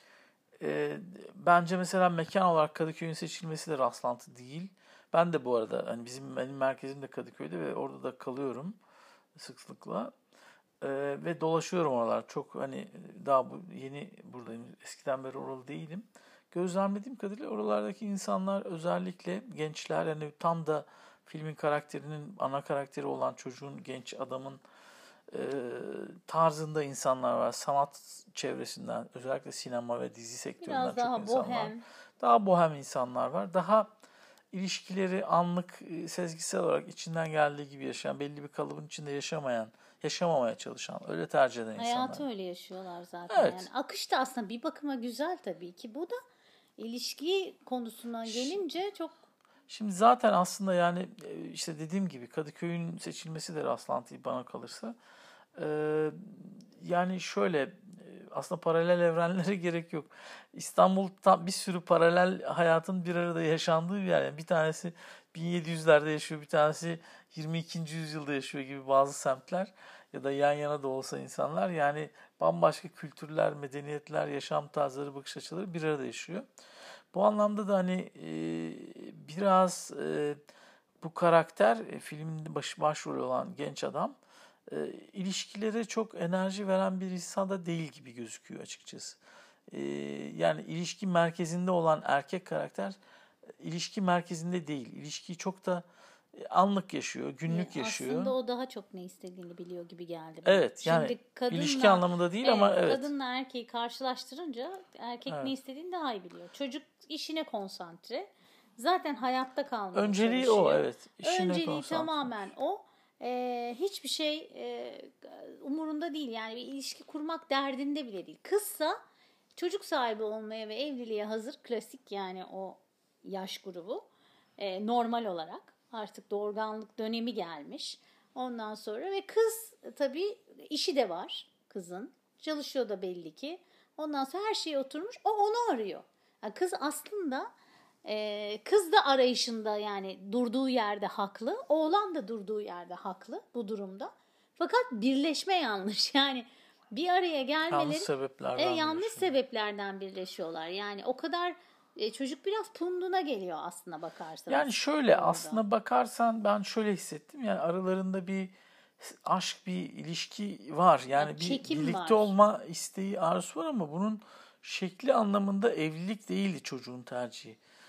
e, bence mesela mekan olarak Kadıköy'ün seçilmesi de rastlantı değil. Ben de bu arada hani bizim benim merkezim de Kadıköy'de ve orada da kalıyorum sıklıkla. Ee, ve dolaşıyorum oralar. Çok hani daha bu, yeni buradayım. Eskiden beri oralı değilim. Gözlemlediğim kadarıyla oralardaki insanlar özellikle gençler yani tam da filmin karakterinin ana karakteri olan çocuğun genç adamın e, tarzında insanlar var. Sanat çevresinden özellikle sinema ve dizi sektöründen biraz çok daha insan bohem. var. Daha bohem insanlar var. Daha ilişkileri anlık, sezgisel olarak içinden geldiği gibi yaşayan, belli bir kalıbın içinde yaşamayan, yaşamamaya çalışan, öyle tercih eden insanlar. Hayatı öyle yaşıyorlar zaten. Evet. Yani akış da aslında bir bakıma güzel tabii ki. Bu da ilişki konusuna gelince çok... Şimdi zaten aslında yani işte dediğim gibi Kadıköy'ün seçilmesi de rastlantı bana kalırsa. Ee, yani şöyle aslında paralel evrenlere gerek yok. İstanbul tam bir sürü paralel hayatın bir arada yaşandığı bir yer. Yani bir tanesi bin yedi yüzlerde yaşıyor, bir tanesi yirmi ikinci yüzyılda yaşıyor gibi bazı semtler ya da yan yana da olsa insanlar yani bambaşka kültürler, medeniyetler, yaşam tarzları, bakış açıları bir arada yaşıyor. Bu anlamda da hani e, biraz e, bu karakter e, filmin baş, başrolü olan genç adam e, ilişkilere çok enerji veren bir insan da değil gibi gözüküyor açıkçası. E, yani ilişki merkezinde olan erkek karakter ilişki merkezinde değil. İlişkiyi çok da anlık yaşıyor, günlük yani yaşıyor. Aslında o daha çok ne istediğini biliyor gibi geldi bana. Evet yani Şimdi kadınla, ilişki anlamında değil evet, ama evet. Kadınla erkeği karşılaştırınca erkek evet. ne istediğini daha iyi biliyor. Çocuk işine konsantre. Zaten hayatta kalmaya Önceliği çalışıyor. o evet. İşine Önceliği konsantre. Tamamen o. Ee, hiçbir şey e, umurunda değil. Yani bir ilişki kurmak derdinde bile değil. Kızsa çocuk sahibi olmaya ve evliliğe hazır, klasik yani o yaş grubu e, normal olarak. Artık doğurganlık dönemi gelmiş. Ondan sonra ve kız tabii işi de var kızın. Çalışıyor da belli ki. Ondan sonra her şey oturmuş. O onu arıyor. Yani kız aslında e, kız da arayışında yani durduğu yerde haklı. Oğlan da durduğu yerde haklı bu durumda. Fakat birleşme yanlış. Yani bir araya gelmeleri yanlış sebeplerden, e, yanlış sebeplerden birleşiyorlar. Yani o kadar E, çocuk biraz punduna geliyor aslına bakarsan. Yani şöyle orada. Aslına bakarsan ben şöyle hissettim. Yani aralarında bir aşk, bir ilişki var. Yani, yani bir birlikte var. Olma isteği, arzusu var ama bunun şekli anlamında evlilik değildi çocuğun tercihi.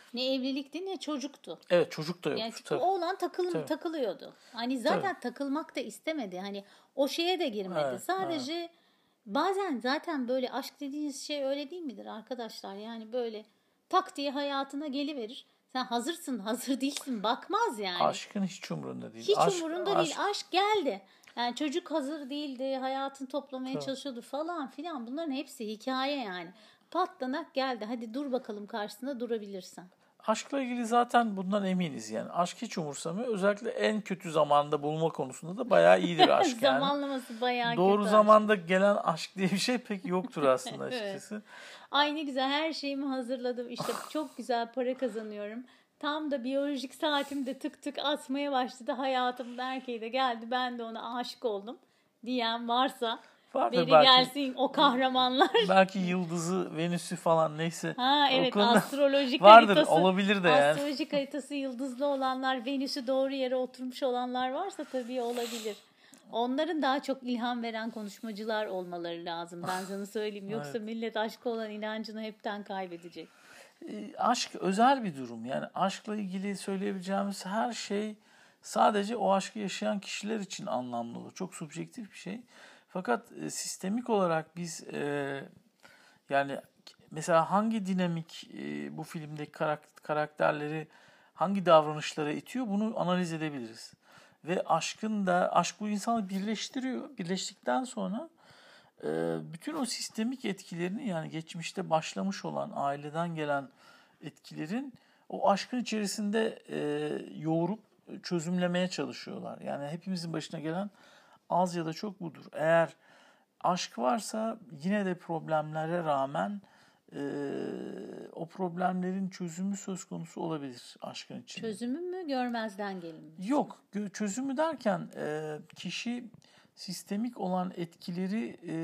Ne evlilikti ne çocuktu. Evet, çocuk da yok. Yani Tabii. oğlan takıl, Tabii. takılıyordu. Hani zaten Tabii. takılmak da istemedi. Hani o şeye de girmedi. Evet, Sadece evet. Bazen zaten böyle aşk dediğiniz şey öyle değil midir arkadaşlar? Yani böyle tak diye hayatına geliverir. Sen hazırsın, hazır değilsin. Bakmaz yani. Aşkın hiç umurunda değil. Hiç aşk, umurunda aşk... değil. Aşk geldi. Yani çocuk hazır değildi. Hayatını toplamaya Tabii. çalışıyordu falan filan. Bunların hepsi hikaye yani. Patlanak geldi. Hadi dur bakalım karşısında durabilirsen. Aşkla ilgili zaten bundan eminiz yani. Aşk hiç umursamıyor. Özellikle en kötü zamanda bulma konusunda da bayağı iyidir aşk yani. Zamanlaması bayağı Doğru kötü zamanda aşk. Gelen aşk diye bir şey pek yoktur aslında açıkçası. Evet. Ay ne güzel, her şeyimi hazırladım. İşte çok güzel para kazanıyorum. Tam da biyolojik saatim de tık tık atmaya başladı. Hayatımın erkeği de geldi. Ben de ona aşık oldum diyen varsa Vardır beri belki, gelsin o kahramanlar. Belki yıldızı, Venüs'ü falan neyse. Ha evet, konuda astrolojik vardır, haritası. olabilir de yani. Astrolojik haritası yıldızlı olanlar, Venüs'ü doğru yere oturmuş olanlar varsa tabii olabilir. Onların daha çok ilham veren konuşmacılar olmaları lazım. Ben sana söyleyeyim. Yoksa evet. Millet aşka olan inancını hepten kaybedecek. E, aşk özel bir durum. Yani aşkla ilgili söyleyebileceğimiz her şey sadece o aşkı yaşayan kişiler için anlamlı olur. Çok subjektif bir şey. Fakat e, sistemik olarak biz e, yani mesela hangi dinamik e, bu filmdeki karak- karakterleri hangi davranışlara itiyor, bunu analiz edebiliriz. Ve aşkın da, aşk bu insanı birleştiriyor. Birleştikten sonra e, bütün o sistemik etkilerini, yani geçmişte başlamış olan aileden gelen etkilerin o aşkın içerisinde e, yoğurup çözümlemeye çalışıyorlar. Yani hepimizin başına gelen az ya da çok budur. Eğer aşk varsa yine de problemlere rağmen e, o problemlerin çözümü söz konusu olabilir aşkın içinde. Çözümü mü, görmezden gelin? Yok, çözümü derken e, kişi sistemik olan etkileri e,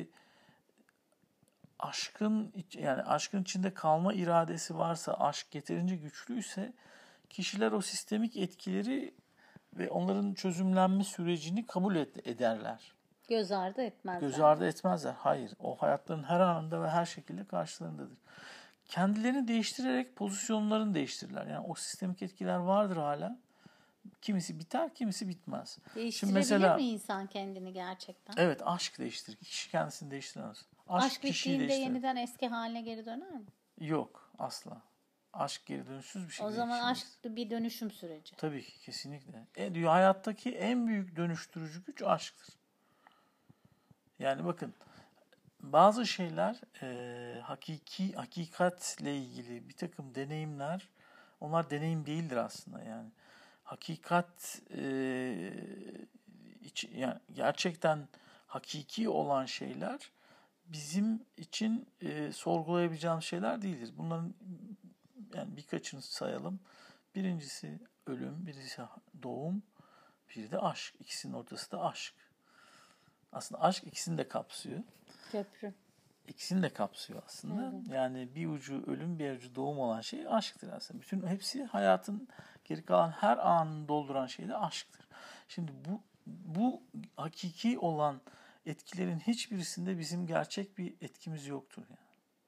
aşkın yani aşkın içinde kalma iradesi varsa, aşk yeterince güçlüyse kişiler o sistemik etkileri ve onların çözümlenme sürecini kabul ed- ederler. Göz ardı etmezler. Göz ardı etmezler. Hayır. O hayatların her anında ve her şekilde karşılarındadır. Kendilerini değiştirerek pozisyonlarını değiştirirler. Yani o sistemik etkiler vardır hala. Kimisi biter, kimisi bitmez. Değiştirebilir Şimdi mesela, mi insan kendini gerçekten? Evet, aşk değiştirir. Kişi kendisini değiştiremez. Aşk, aşk bittiğinde yeniden eski haline geri döner mi? Yok, asla. Aşk geri dönüşsüz bir şey. O zaman aşk bir dönüşüm süreci. Tabii ki, kesinlikle. E, diyor, hayattaki en büyük dönüştürücü güç aşktır. Yani bakın, bazı şeyler e, hakiki, hakikatle ilgili bir takım deneyimler, onlar deneyim değildir aslında yani. Hakikat e, iç, yani gerçekten hakiki olan şeyler bizim için e, sorgulayabileceğimiz şeyler değildir. Bunların yani birkaçını sayalım. Birincisi ölüm, birisi doğum, bir de aşk. İkisinin ortası da aşk. Aslında aşk ikisini de kapsıyor. Köprü. İkisini de kapsıyor aslında. Evet. Yani bir ucu ölüm, bir ucu doğum olan şey aşktır aslında. Bütün hepsi hayatın geri kalan her anını dolduran şey de aşktır. Şimdi bu bu hakiki olan etkilerin hiçbirisinde bizim gerçek bir etkimiz yoktur yani.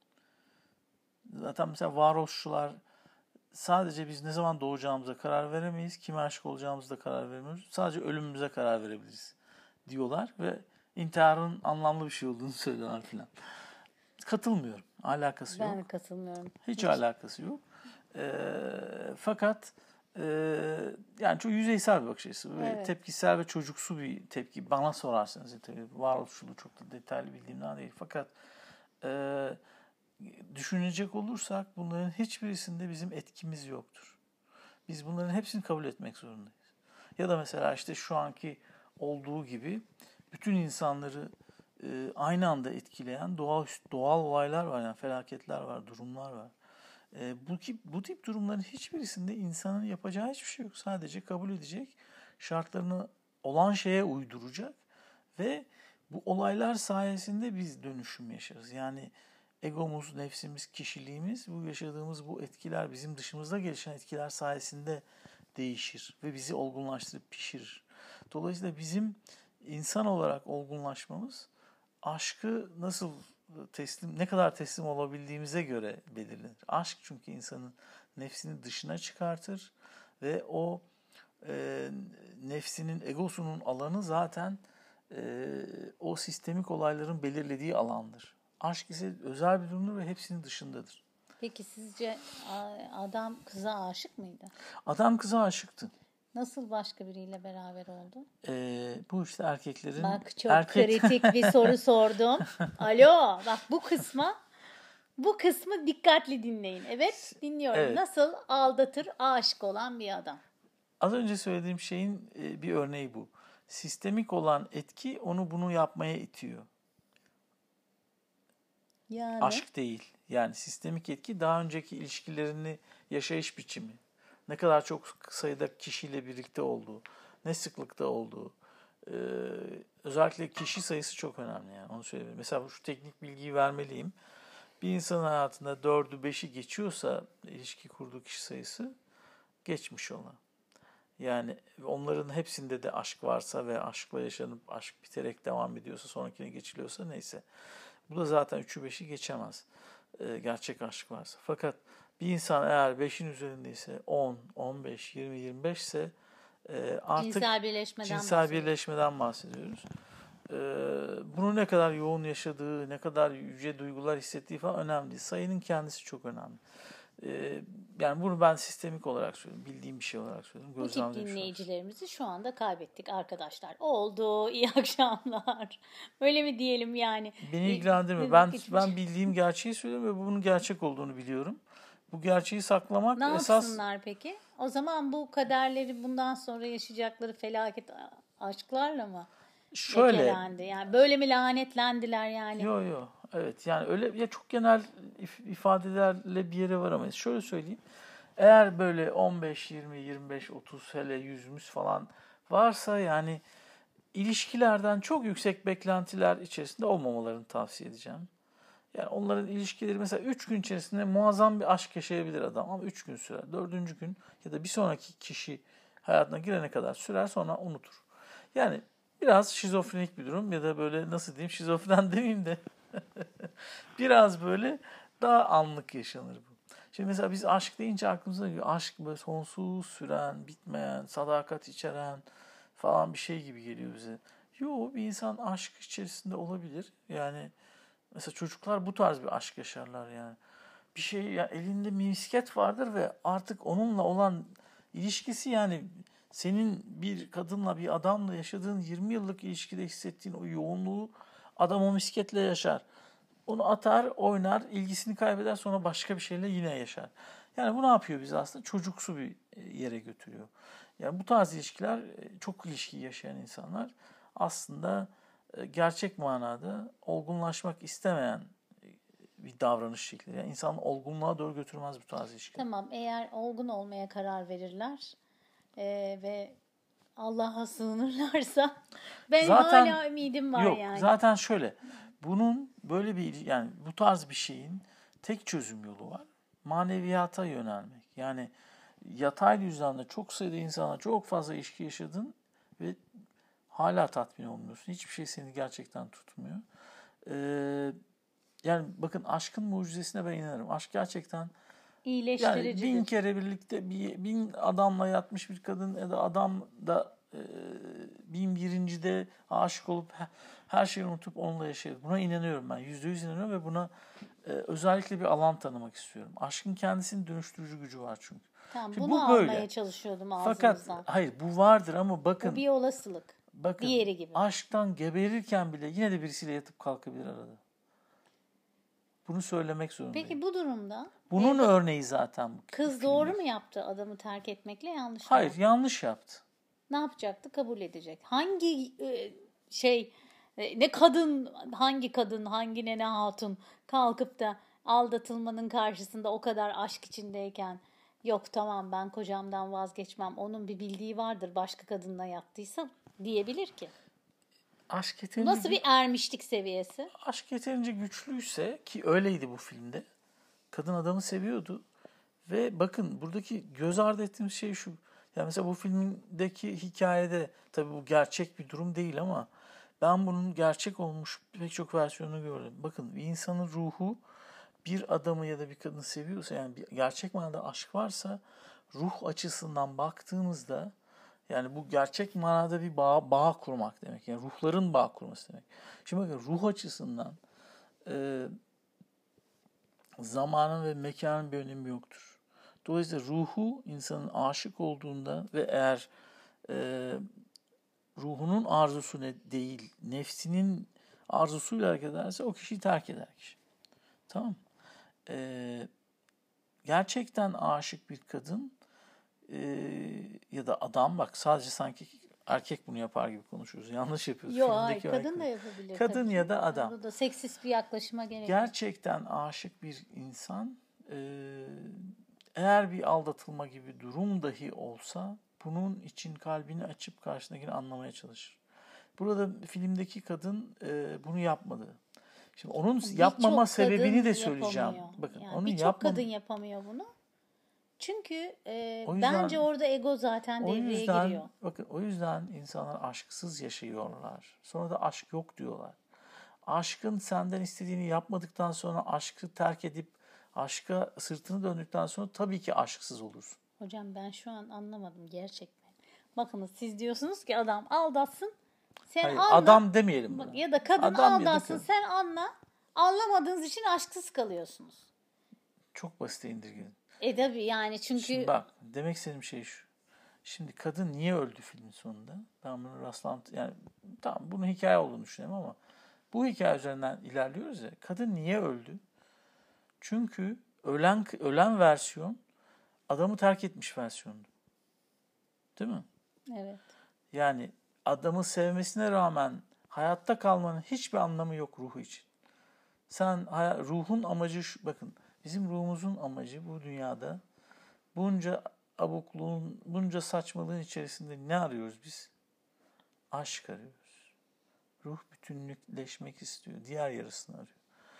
Zaten mesela varoluşçular sadece biz ne zaman doğacağımıza karar veremeyiz, kime aşık olacağımıza karar veremiyoruz. Sadece ölümümüze karar verebiliriz diyorlar ve intiharın anlamlı bir şey olduğunu söylüyorlar filan. Katılmıyorum. Alakası ben yok. Ben katılmıyorum. Hiç, Hiç alakası yok. E, fakat e, yani çok yüzeysel bir bakış açısı. Evet. Tepkisel ve çocuksu bir tepki. Bana sorarsanız tabii varoluşçuluğu çok da detaylı bildiğimden değil. Fakat e, düşünecek olursak bunların hiçbirisinde bizim etkimiz yoktur. Biz bunların hepsini kabul etmek zorundayız. Ya da mesela işte şu anki olduğu gibi bütün insanları e, aynı anda etkileyen doğal doğal olaylar var, yani felaketler var, durumlar var. E, bu tip bu tip durumların hiçbirisinde insanın yapacağı hiçbir şey yok. Sadece kabul edecek, şartlarını olan şeye uyduracak ve bu olaylar sayesinde biz dönüşüm yaşarız. Yani egomuz, nefsimiz, kişiliğimiz, bu yaşadığımız bu etkiler, bizim dışımızda gelişen etkiler sayesinde değişir ve bizi olgunlaştırıp pişirir. Dolayısıyla bizim insan olarak olgunlaşmamız aşkı nasıl teslim ne kadar teslim olabildiğimize göre belirlenir. Aşk çünkü insanın nefsini dışına çıkartır ve o e, nefsinin, egosunun alanı zaten e, o sistemik olayların belirlediği alandır. Aşk ise özel bir durumdur ve hepsinin dışındadır. Peki sizce adam kıza aşık mıydı? Adam kıza aşıktı. Nasıl başka biriyle beraber oldu? Ee, bu işte erkeklerin... Bak çok erkek... kritik bir soru sordum. Alo, bak bu kısma bu kısmı dikkatli dinleyin. Evet, dinliyorum. Evet. Nasıl aldatır aşık olan bir adam? Az önce söylediğim şeyin bir örneği bu. Sistemik olan etki onu bunu yapmaya itiyor. Yani? Aşk değil. Yani sistemik etki daha önceki ilişkilerini, yaşayış biçimi. Ne kadar çok sayıda kişiyle birlikte olduğu, ne sıklıkta olduğu. Ee, özellikle kişi sayısı çok önemli yani onu söyleyeyim. Mesela şu teknik bilgiyi vermeliyim. Bir insanın hayatında dördü beşi geçiyorsa ilişki kurduğu kişi sayısı geçmiş ona. Yani onların hepsinde de aşk varsa ve aşkla yaşanıp aşk biterek devam ediyorsa, sonrakine geçiliyorsa neyse. Bu da zaten üçü beşi geçemez. Ee, gerçek aşk varsa. Fakat bir insan eğer beşin üzerindeyse on, on beş, yirmi, yirmi beş ise e, artık cinsel birleşmeden cinsel bahsediyoruz. birleşmeden bahsediyoruz. Ee, bunu ne kadar yoğun yaşadığı, ne kadar yüce duygular hissettiği falan önemli değil. Sayının kendisi çok önemli. Ee, yani bunu ben sistemik olarak söylüyorum. Bildiğim bir şey olarak söylüyorum. Bu tip Gözlemlediğim şey. dinleyicilerimizi şu anda kaybettik arkadaşlar. Oldu, iyi akşamlar. Öyle mi diyelim yani? Beni ilgilendirmiyor. Ben ben bildiğim gerçeği söylüyorum ve bunun gerçek olduğunu biliyorum. Bu gerçeği saklamak ne esas... Ne yapsınlar peki? O zaman bu kaderleri bundan sonra yaşayacakları felaket aşklarla mı Şöyle, lekelendi? Yani böyle mi lanetlendiler yani? Yok yok. Evet yani öyle ya çok genel if- ifadelerle bir yere varamayız. Şöyle söyleyeyim. Eğer böyle on beş, yirmi, yirmi beş, otuz hele yüzümüz falan varsa yani ilişkilerden çok yüksek beklentiler içerisinde olmamalarını tavsiye edeceğim. Yani onların ilişkileri mesela üç gün içerisinde muazzam bir aşk yaşayabilir adam ama üç gün sürer. dördüncü gün ya da bir sonraki kişi hayatına girene kadar sürer sonra unutur. Yani biraz şizofrenik bir durum ya da böyle nasıl diyeyim şizofren demeyeyim de biraz böyle daha anlık yaşanır bu. Şimdi mesela biz aşk deyince aklımıza geliyor. Aşk böyle sonsuz süren, bitmeyen, sadakat içeren falan bir şey gibi geliyor bize. Yok bir insan aşk içerisinde olabilir. Yani mesela çocuklar bu tarz bir aşk yaşarlar yani. Bir şey ya elinde misket vardır ve artık onunla olan ilişkisi yani senin bir kadınla bir adamla yaşadığın yirmi yıllık ilişkide hissettiğin o yoğunluğu adam o misketle yaşar. Onu atar, oynar, ilgisini kaybeder sonra başka bir şeyle yine yaşar. Yani bu ne yapıyor bizi aslında? Çocuksu bir yere götürüyor. Yani bu tarz ilişkiler çok ilişki yaşayan insanlar aslında gerçek manada olgunlaşmak istemeyen bir davranış şekli. Yani insanı olgunluğa doğru götürmez bu tarz ilişki. Tamam eğer olgun olmaya karar verirler e, ve Allah'a sığınırlarsa ben zaten, hala ümidim var yok, yani. Zaten şöyle bunun böyle bir yani bu tarz bir şeyin tek çözüm yolu var. Maneviyata yönelmek. Yani yatay düzlemde çok sayıda insana çok fazla ilişki yaşadın ve hala tatmin olmuyorsun. Hiçbir şey seni gerçekten tutmuyor. Ee, yani bakın aşkın mucizesine ben inanırım. Aşk gerçekten iyileştiricidir. Yani bin kere birlikte bir, bin adamla yatmış bir kadın ya da adam da e, bin birincide aşık olup her şeyi unutup onunla yaşıyor. Buna inanıyorum ben. Yüzde yüz inanıyorum ve buna e, özellikle bir alan tanımak istiyorum. Aşkın kendisinin dönüştürücü gücü var çünkü. Tamam, Şimdi bunu bu böyle. almaya çalışıyordum ağzınızdan. Fakat hayır bu vardır ama bakın. Bu bir olasılık. Bakın diğeri gibi. Aşktan geberirken bile yine de birisiyle yatıp kalkabilir arada. Bunu söylemek zorundayım. Peki bu durumda bunun e, örneği zaten bu. Kız doğru mu yaptı adamı terk etmekle yanlış mı? Hayır, yanlış yaptı. Ne yapacaktı? Kabul edecek. Hangi e, şey e, ne kadın hangi kadın hangi nene hatun kalkıp da aldatılmanın karşısında o kadar aşk içindeyken yok tamam ben kocamdan vazgeçmem onun bir bildiği vardır başka kadınla yattıysa diyebilir ki. Aşk yeterince, nasıl bir ermişlik seviyesi? Aşk yeterince güçlüyse ki öyleydi bu filmde. Kadın adamı seviyordu. Ve bakın buradaki göz ardı ettiğimiz şey şu. Yani mesela bu filmdeki hikayede tabii bu gerçek bir durum değil ama ben bunun gerçek olmuş pek çok versiyonunu gördüm. Bakın bir insanın ruhu bir adamı ya da bir kadını seviyorsa, yani bir gerçek manada aşk varsa, ruh açısından baktığımızda, yani bu gerçek manada bir bağ, bağ kurmak demek. Yani ruhların bağ kurması demek. Şimdi bakın, ruh açısından e, zamanın ve mekanın bir önemi yoktur. Dolayısıyla ruhu insanın aşık olduğunda ve eğer e, ruhunun arzusu ne değil, nefsinin arzusuyla hareket ederse o kişiyi terk eder kişi. Tamam. Ee, gerçekten aşık bir kadın e, ya da adam, bak sadece sanki erkek bunu yapar gibi konuşuyoruz. Yanlış yapıyoruz. Yok, hayır, kadın da yapabilir. Kadın ya da adam. Burada seksist bir yaklaşıma gerek yok. Gerçekten aşık bir insan e, eğer bir aldatılma gibi durum dahi olsa bunun için kalbini açıp karşındakini anlamaya çalışır. Burada filmdeki kadın e, bunu yapmadı. Şimdi onun bir yapmama sebebini de söyleyeceğim. Bakın, yani onu birçok yapmam... kadın yapamıyor bunu. Çünkü e, yüzden, bence orada ego zaten devreye yüzden, giriyor. Bakın, o yüzden insanlar aşksız yaşıyorlar. Sonra da aşk yok diyorlar. Aşkın senden istediğini yapmadıktan sonra, aşkı terk edip aşka sırtını döndükten sonra tabii ki aşksız olursun. Hocam ben şu an anlamadım gerçekten. Bakınız, siz diyorsunuz ki adam aldatsın. Sen Hayır, anla. adam demeyelim buna. Ya da kadın adam aldatsın, da kadın. sen anla. Anlamadığınız için aşksız kalıyorsunuz. Çok basite indirgedin. E tabii yani, çünkü... Şimdi bak, demek istediğim şey şu. Şimdi kadın niye öldü filmin sonunda? Ben bunu rastlantı... Yani tamam, bunun hikaye olduğunu düşünüyorum ama bu hikaye üzerinden ilerliyoruz ya. Kadın niye öldü? Çünkü ölen ölen versiyon adamı terk etmiş versiyondu. Değil mi? Evet. Yani adamı sevmesine rağmen hayatta kalmanın hiçbir anlamı yok ruhu için. Sen ruhun amacı şu, bakın bizim ruhumuzun amacı bu dünyada bunca abukluğun, bunca saçmalığın içerisinde ne arıyoruz biz? Aşk arıyoruz. Ruh bütünleşmek istiyor. Diğer yarısını arıyor.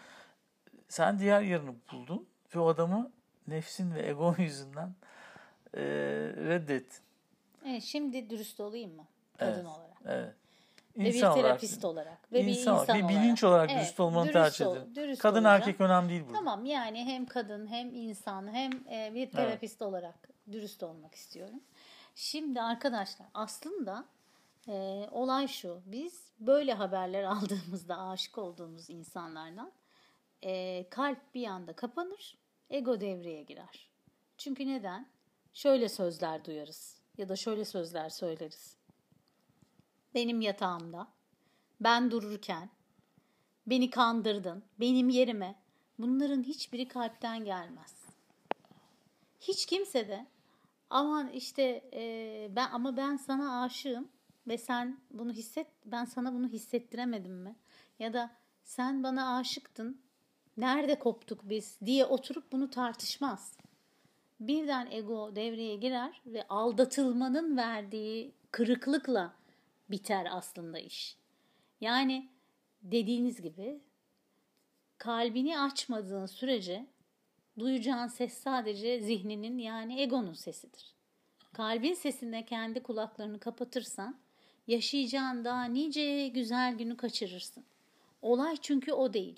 Sen diğer yarını buldun ve o adamı nefsin ve egon yüzünden e, reddettin. Evet, şimdi dürüst olayım mı? Kadın Evet, olarak. Evet. Ve İnsan bir terapist olarak, olarak ve insan, bir insan olarak, olarak. Bir bilinç olarak evet, dürüst olmanı dürüst tercih ol, ederim. Dürüst Kadın olacağım. erkek önemli değil burada. Tamam, yani hem kadın hem insan hem e, bir terapist evet. olarak dürüst olmak istiyorum. Şimdi arkadaşlar, aslında e, olay şu. Biz böyle haberler aldığımızda aşık olduğumuz insanlardan e, kalp bir anda kapanır, ego devreye girer. Çünkü neden? Şöyle sözler duyarız ya da şöyle sözler söyleriz. Benim yatağımda, ben dururken, beni kandırdın, benim yerime. Bunların hiçbiri kalpten gelmez. Hiç kimse de aman işte e, ben ama ben sana aşığım ve sen bunu hisset, ben sana bunu hissettiremedim mi? Ya da sen bana aşıktın, nerede koptuk biz diye oturup bunu tartışmaz. Birden ego devreye girer ve aldatılmanın verdiği kırıklıkla biter aslında iş. Yani dediğiniz gibi kalbini açmadığın sürece duyacağın ses sadece zihninin, yani egonun sesidir. Kalbin sesine kendi kulaklarını kapatırsan yaşayacağın daha nice güzel günü kaçırırsın. Olay çünkü o değil.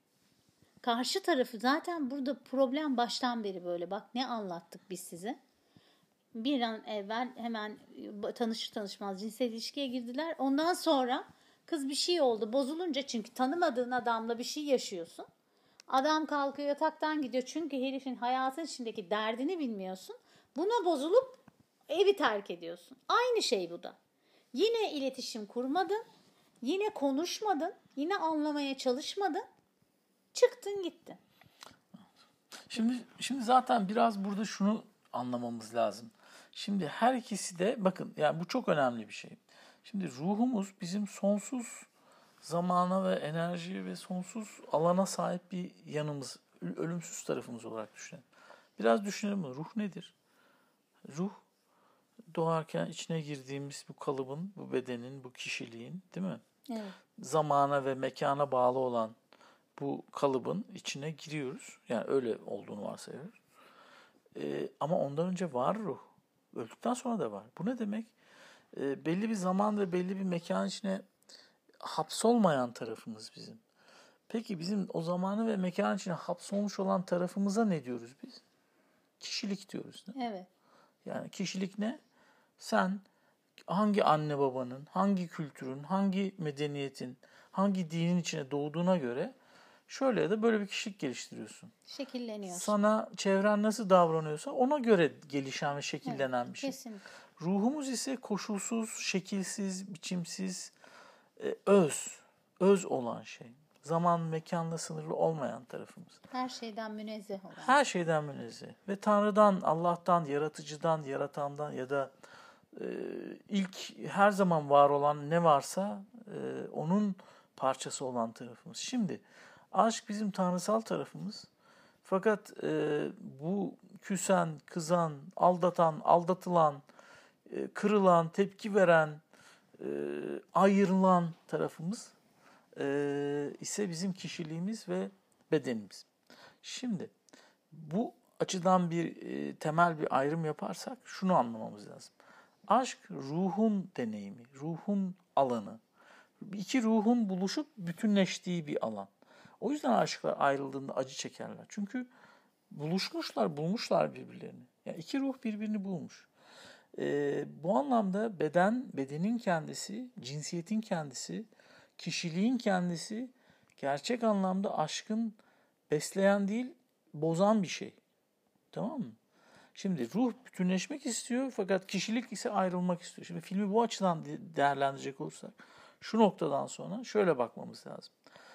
Karşı tarafı zaten burada problem baştan beri böyle. Bak ne anlattık biz size. Bir an evvel hemen tanışır tanışmaz cinsel ilişkiye girdiler. Ondan sonra kız bir şey oldu, bozulunca, çünkü tanımadığın adamla bir şey yaşıyorsun. Adam kalkıyor yataktan gidiyor çünkü herifin hayatın içindeki derdini bilmiyorsun. Buna bozulup evi terk ediyorsun. Aynı şey bu da. Yine iletişim kurmadın, yine konuşmadın, yine anlamaya çalışmadın. Çıktın gittin. Şimdi şimdi zaten biraz burada şunu anlamamız lazım. Şimdi her ikisi de, bakın yani bu çok önemli bir şey. Şimdi ruhumuz bizim sonsuz zamana ve enerjiye ve sonsuz alana sahip bir yanımız, ölümsüz tarafımız olarak düşünelim. Biraz düşünelim bunu. Ruh nedir? Ruh, doğarken içine girdiğimiz bu kalıbın, bu bedenin, bu kişiliğin, değil mi? Evet. Zamana ve mekana bağlı olan bu kalıbın içine giriyoruz. Yani öyle olduğunu varsayıyoruz. Ee, ama ondan önce var ruh. Öldükten sonra da var. Bu ne demek? Ee, belli bir zaman ve belli bir mekan içine hapsolmayan tarafımız bizim. Peki bizim o zamanı ve mekanın içine hapsolmuş olan tarafımıza ne diyoruz biz? Kişilik diyoruz. Değil mi? Evet. Yani kişilik ne? Sen hangi anne babanın, hangi kültürün, hangi medeniyetin, hangi dinin içine doğduğuna göre şöyle ya da böyle bir kişilik geliştiriyorsun. Şekilleniyorsun. Sana çevren nasıl davranıyorsa ona göre gelişen ve şekillenen Evet, bir şey. kesinlikle. Ruhumuz ise koşulsuz, şekilsiz, biçimsiz, e, öz, öz olan şey. Zaman, mekanla sınırlı olmayan tarafımız. Her şeyden münezzeh olan. Her şeyden münezzeh. Ve Tanrı'dan, Allah'tan, yaratıcıdan, yaratandan ya da e, ilk her zaman var olan ne varsa e, onun parçası olan tarafımız. Şimdi aşk bizim tanrısal tarafımız. Fakat e, bu küsen, kızan, aldatan, aldatılan, e, kırılan, tepki veren, e, ayrılan tarafımız e, ise bizim kişiliğimiz ve bedenimiz. Şimdi bu açıdan bir e, temel bir ayrım yaparsak şunu anlamamız lazım. Aşk ruhun deneyimi, ruhun alanı. İki ruhun buluşup bütünleştiği bir alan. O yüzden aşıklar ayrıldığında acı çekerler. Çünkü buluşmuşlar, bulmuşlar birbirlerini. Yani iki ruh birbirini bulmuş. Ee, bu anlamda beden, bedenin kendisi, cinsiyetin kendisi, kişiliğin kendisi gerçek anlamda aşkın besleyen değil, bozan bir şey. Tamam mı? Şimdi ruh bütünleşmek istiyor fakat kişilik ise ayrılmak istiyor. Şimdi filmi bu açıdan değerlendirecek olursak şu noktadan sonra şöyle bakmamız lazım.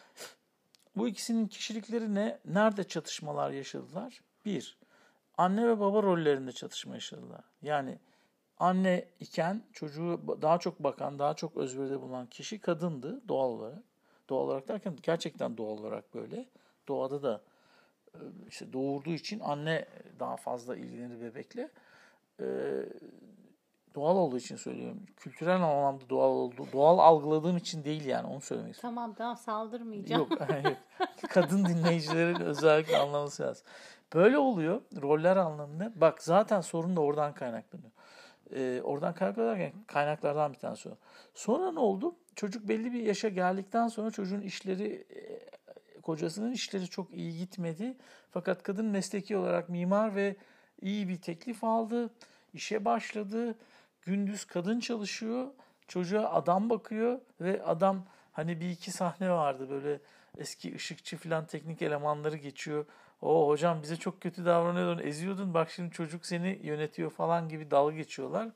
Bu ikisinin kişilikleri ne? Nerede çatışmalar yaşadılar? Bir, anne ve baba rollerinde çatışma yaşadılar. Yani anne iken çocuğu daha çok bakan, daha çok özveride bulunan kişi kadındı doğal olarak. Doğal olarak derken gerçekten doğal olarak böyle. Doğada da işte doğurduğu için anne daha fazla ilgilenir bebekle. Ee, doğal olduğu için söylüyorum. Kültürel anlamda doğal olduğu, doğal algıladığım için değil yani onu söylemek istiyorum. Tamam daha saldırmayacağım. Yok, hayır. Kadın dinleyicilerin özellikle anlaması lazım. Böyle oluyor roller anlamında. Bak zaten sorun da oradan kaynaklanıyor. Ee, oradan kaynaklanırken kaynaklardan bir tanesi o. Sonra ne oldu? Çocuk belli bir yaşa geldikten sonra çocuğun işleri, kocasının işleri çok iyi gitmedi. Fakat kadın mesleki olarak mimar ve iyi bir teklif aldı. İşe başladı. Gündüz kadın çalışıyor. Çocuğa adam bakıyor ve adam hani bir iki sahne vardı böyle eski ışıkçı falan teknik elemanları geçiyor. O hocam bize çok kötü davranıyordun, eziyordun. Bak şimdi çocuk seni yönetiyor falan gibi dalga geçiyorlar.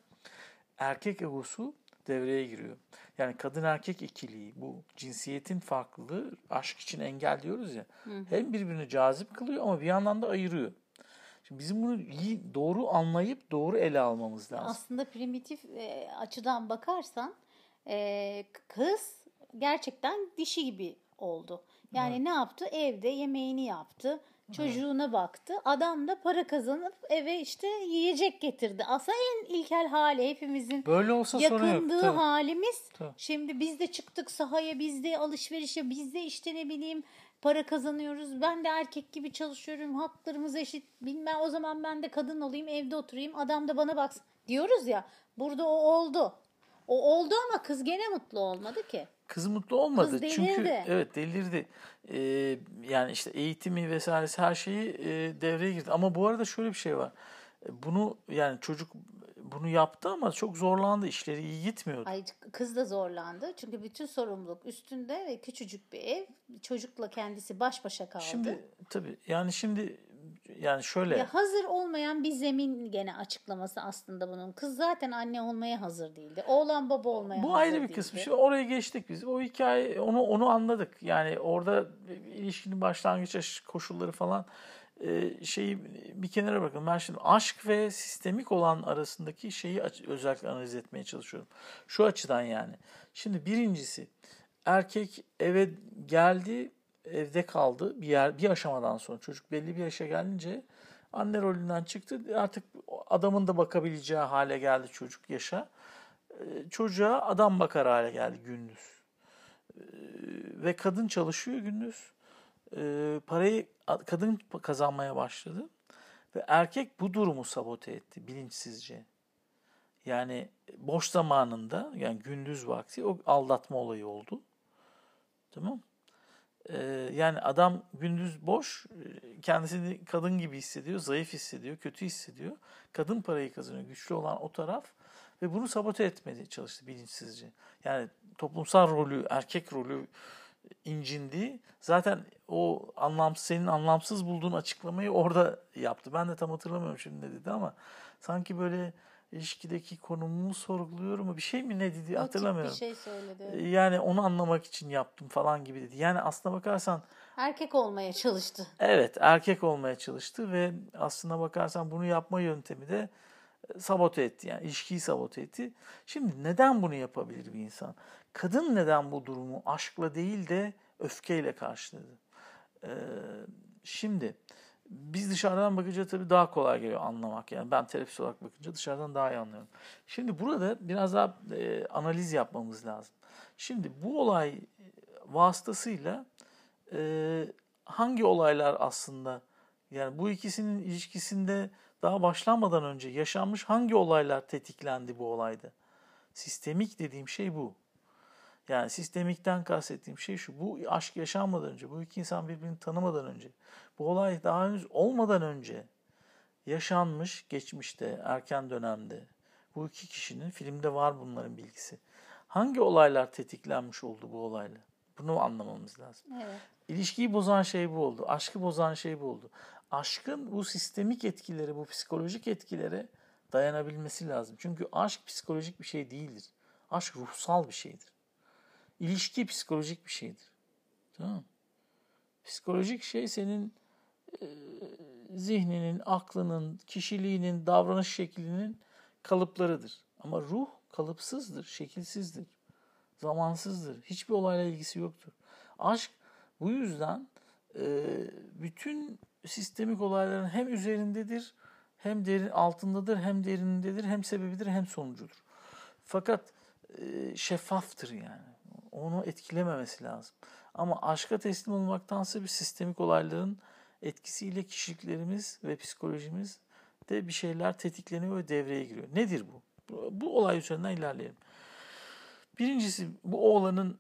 Erkek egosu devreye giriyor. Yani kadın erkek ikiliği, bu cinsiyetin farklılığı aşk için engel diyoruz ya. Hı hı. Hem birbirini cazip kılıyor ama bir yandan da ayırıyor. Şimdi bizim bunu iyi doğru anlayıp doğru ele almamız lazım. Aslında primitif e, açıdan bakarsan e, kız gerçekten dişi gibi oldu. Yani evet. Ne yaptı? Evde yemeğini yaptı. Çocuğuna evet. baktı. Adam da para kazanıp eve işte yiyecek getirdi. Aslında en ilkel hali hepimizin böyle olsa yakındığı Tabii. halimiz. Tabii. Şimdi biz de çıktık sahaya, biz de alışverişe, biz de işte ne bileyim para kazanıyoruz. Ben de erkek gibi çalışıyorum. Haklarımız eşit. Bilmem o zaman ben de kadın olayım, evde oturayım. Adam da bana baksın diyoruz ya. Burada o oldu. O oldu ama kız gene mutlu olmadı ki. Kız mutlu olmadı. Kız delirdi. Çünkü evet delirdi. Ee, yani işte eğitimi vesairesi her şeyi e, devreye girdi. Ama bu arada şöyle bir şey var. Bunu yani çocuk bunu yaptı ama çok zorlandı. İşleri iyi gitmiyordu. Ay, kız da zorlandı. Çünkü bütün sorumluluk üstünde ve küçücük bir ev. Çocukla kendisi baş başa kaldı. Şimdi tabii yani şimdi yani şöyle. Ya hazır olmayan bir zemin gene açıklaması aslında bunun. Kız zaten anne olmaya hazır değildi. Oğlan baba olmaya Bu hazır ayrı bir değildi. kısmı. Şimdi oraya geçtik biz. O hikaye onu onu anladık. Yani orada ilişkinin başlangıç koşulları falan şeyi bir kenara bırakalım. Ben şimdi aşk ve sistemik olan arasındaki şeyi özellikle analiz etmeye çalışıyorum. Şu açıdan yani. Şimdi birincisi erkek eve geldi, evde kaldı bir yer bir aşamadan sonra çocuk belli bir yaşa gelince anne rolünden çıktı. Artık adamın da bakabileceği hale geldi çocuk yaşa. Çocuğa adam bakar hale geldi gündüz. Ve kadın çalışıyor gündüz. Parayı kadın kazanmaya başladı. Ve erkek bu durumu sabote etti bilinçsizce. Yani boş zamanında yani gündüz vakti o aldatma olayı oldu. Tamam. Ee, yani adam gündüz boş, kendisini kadın gibi hissediyor, zayıf hissediyor, kötü hissediyor. Kadın parayı kazanıyor, güçlü olan o taraf ve bunu sabote etmeye çalıştı bilinçsizce. Yani toplumsal rolü, erkek rolü incindi. Zaten o anlamsız, senin anlamsız bulduğun açıklamayı orada yaptı. Ben de tam hatırlamıyorum şimdi ne dedi ama sanki böyle ilişkideki konumumu sorguluyorum mu bir şey mi ne dedi O hatırlamıyorum. tip bir şey söyledi. Yani onu anlamak için yaptım falan gibi dedi. Yani aslına bakarsan erkek olmaya çalıştı. Evet, erkek olmaya çalıştı ve aslına bakarsan bunu yapma yöntemi de sabote etti. Yani ilişkiyi sabote etti. Şimdi neden bunu yapabilir bir insan? Kadın neden bu durumu aşkla değil de öfkeyle karşıladı? Ee, şimdi biz dışarıdan bakınca tabii daha kolay geliyor anlamak. Yani ben terapist olarak bakınca dışarıdan daha iyi anlıyorum. Şimdi burada biraz daha e, analiz yapmamız lazım. Şimdi bu olay vasıtasıyla e, hangi olaylar aslında yani bu ikisinin ilişkisinde daha başlanmadan önce yaşanmış hangi olaylar tetiklendi bu olayda? Sistemik dediğim şey bu. Yani sistemikten kastettiğim şey şu. Bu aşk yaşanmadan önce, bu iki insan birbirini tanımadan önce, bu olay daha henüz olmadan önce yaşanmış geçmişte, erken dönemde. Bu iki kişinin, filmde var bunların bilgisi. Hangi olaylar tetiklenmiş oldu bu olayla? Bunu anlamamız lazım. Evet. İlişkiyi bozan şey bu oldu. Aşkı bozan şey bu oldu. Aşkın bu sistemik etkileri, bu psikolojik etkilere dayanabilmesi lazım. Çünkü aşk psikolojik bir şey değildir. Aşk ruhsal bir şeydir. İlişki psikolojik bir şeydir. Tamam mı? Psikolojik şey senin e, zihninin, aklının, kişiliğinin, davranış şeklinin kalıplarıdır. Ama ruh kalıpsızdır, şekilsizdir, zamansızdır. Hiçbir olayla ilgisi yoktur. Aşk bu yüzden e, bütün sistemik olayların hem üzerindedir, hem derin altındadır, hem derindedir, hem sebebidir, hem sonucudur. Fakat e, şeffaftır yani. Onu etkilememesi lazım. Ama aşka teslim olmaktansa bir sistemik olayların etkisiyle kişiliklerimiz ve psikolojimiz de bir şeyler tetikleniyor ve devreye giriyor. Nedir bu? Bu olay üzerinden ilerleyelim. Birincisi bu oğlanın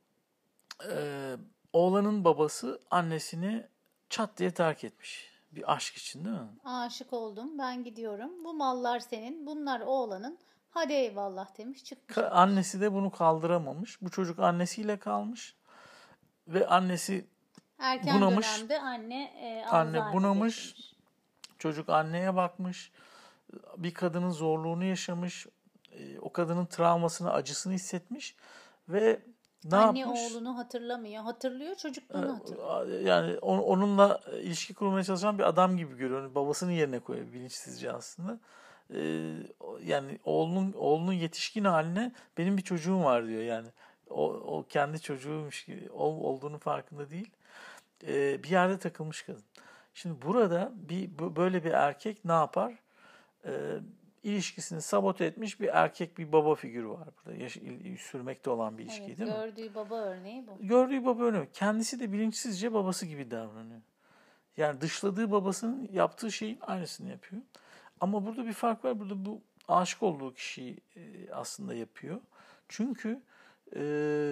e, oğlanın babası annesini çat diye terk etmiş. Bir aşk için değil mi? Aşık oldum, ben gidiyorum. Bu mallar senin, bunlar oğlanın. Hadi eyvallah demiş, çıkmış. Ka- annesi de bunu kaldıramamış. Bu çocuk annesiyle kalmış ve annesi Erken bunamış. dönemde anne e, Anne Alzheimer bunamış. geçirmiş. Çocuk anneye bakmış. Bir kadının zorluğunu yaşamış. e, O kadının travmasını, acısını hissetmiş ve ne Anne yapmış? oğlunu hatırlamıyor. Hatırlıyor, çocukluğunu hatırlıyor. Yani on- onunla ilişki kurmaya çalışan bir adam gibi görüyor. Yani babasının yerine koyuyor bilinçsizce aslında. Ee, yani oğlunun oğlunun yetişkin haline benim bir çocuğum var diyor yani. O, o kendi çocuğuymuş gibi ol- olduğunu farkında değil. Ee, bir yerde takılmış kadın. Şimdi burada bir bu- böyle bir erkek ne yapar? Ee, ilişkisini sabote etmiş bir erkek, bir baba figürü var burada. Yaş, il- sürmekte olan bir ilişki Evet, değil mi? gördüğü baba örneği bu. Gördüğü baba öyle. Kendisi de bilinçsizce babası gibi davranıyor. Yani dışladığı babasının yaptığı şeyin aynısını yapıyor. Ama burada bir fark var. Burada bu aşık olduğu kişiyi e, aslında yapıyor. Çünkü e,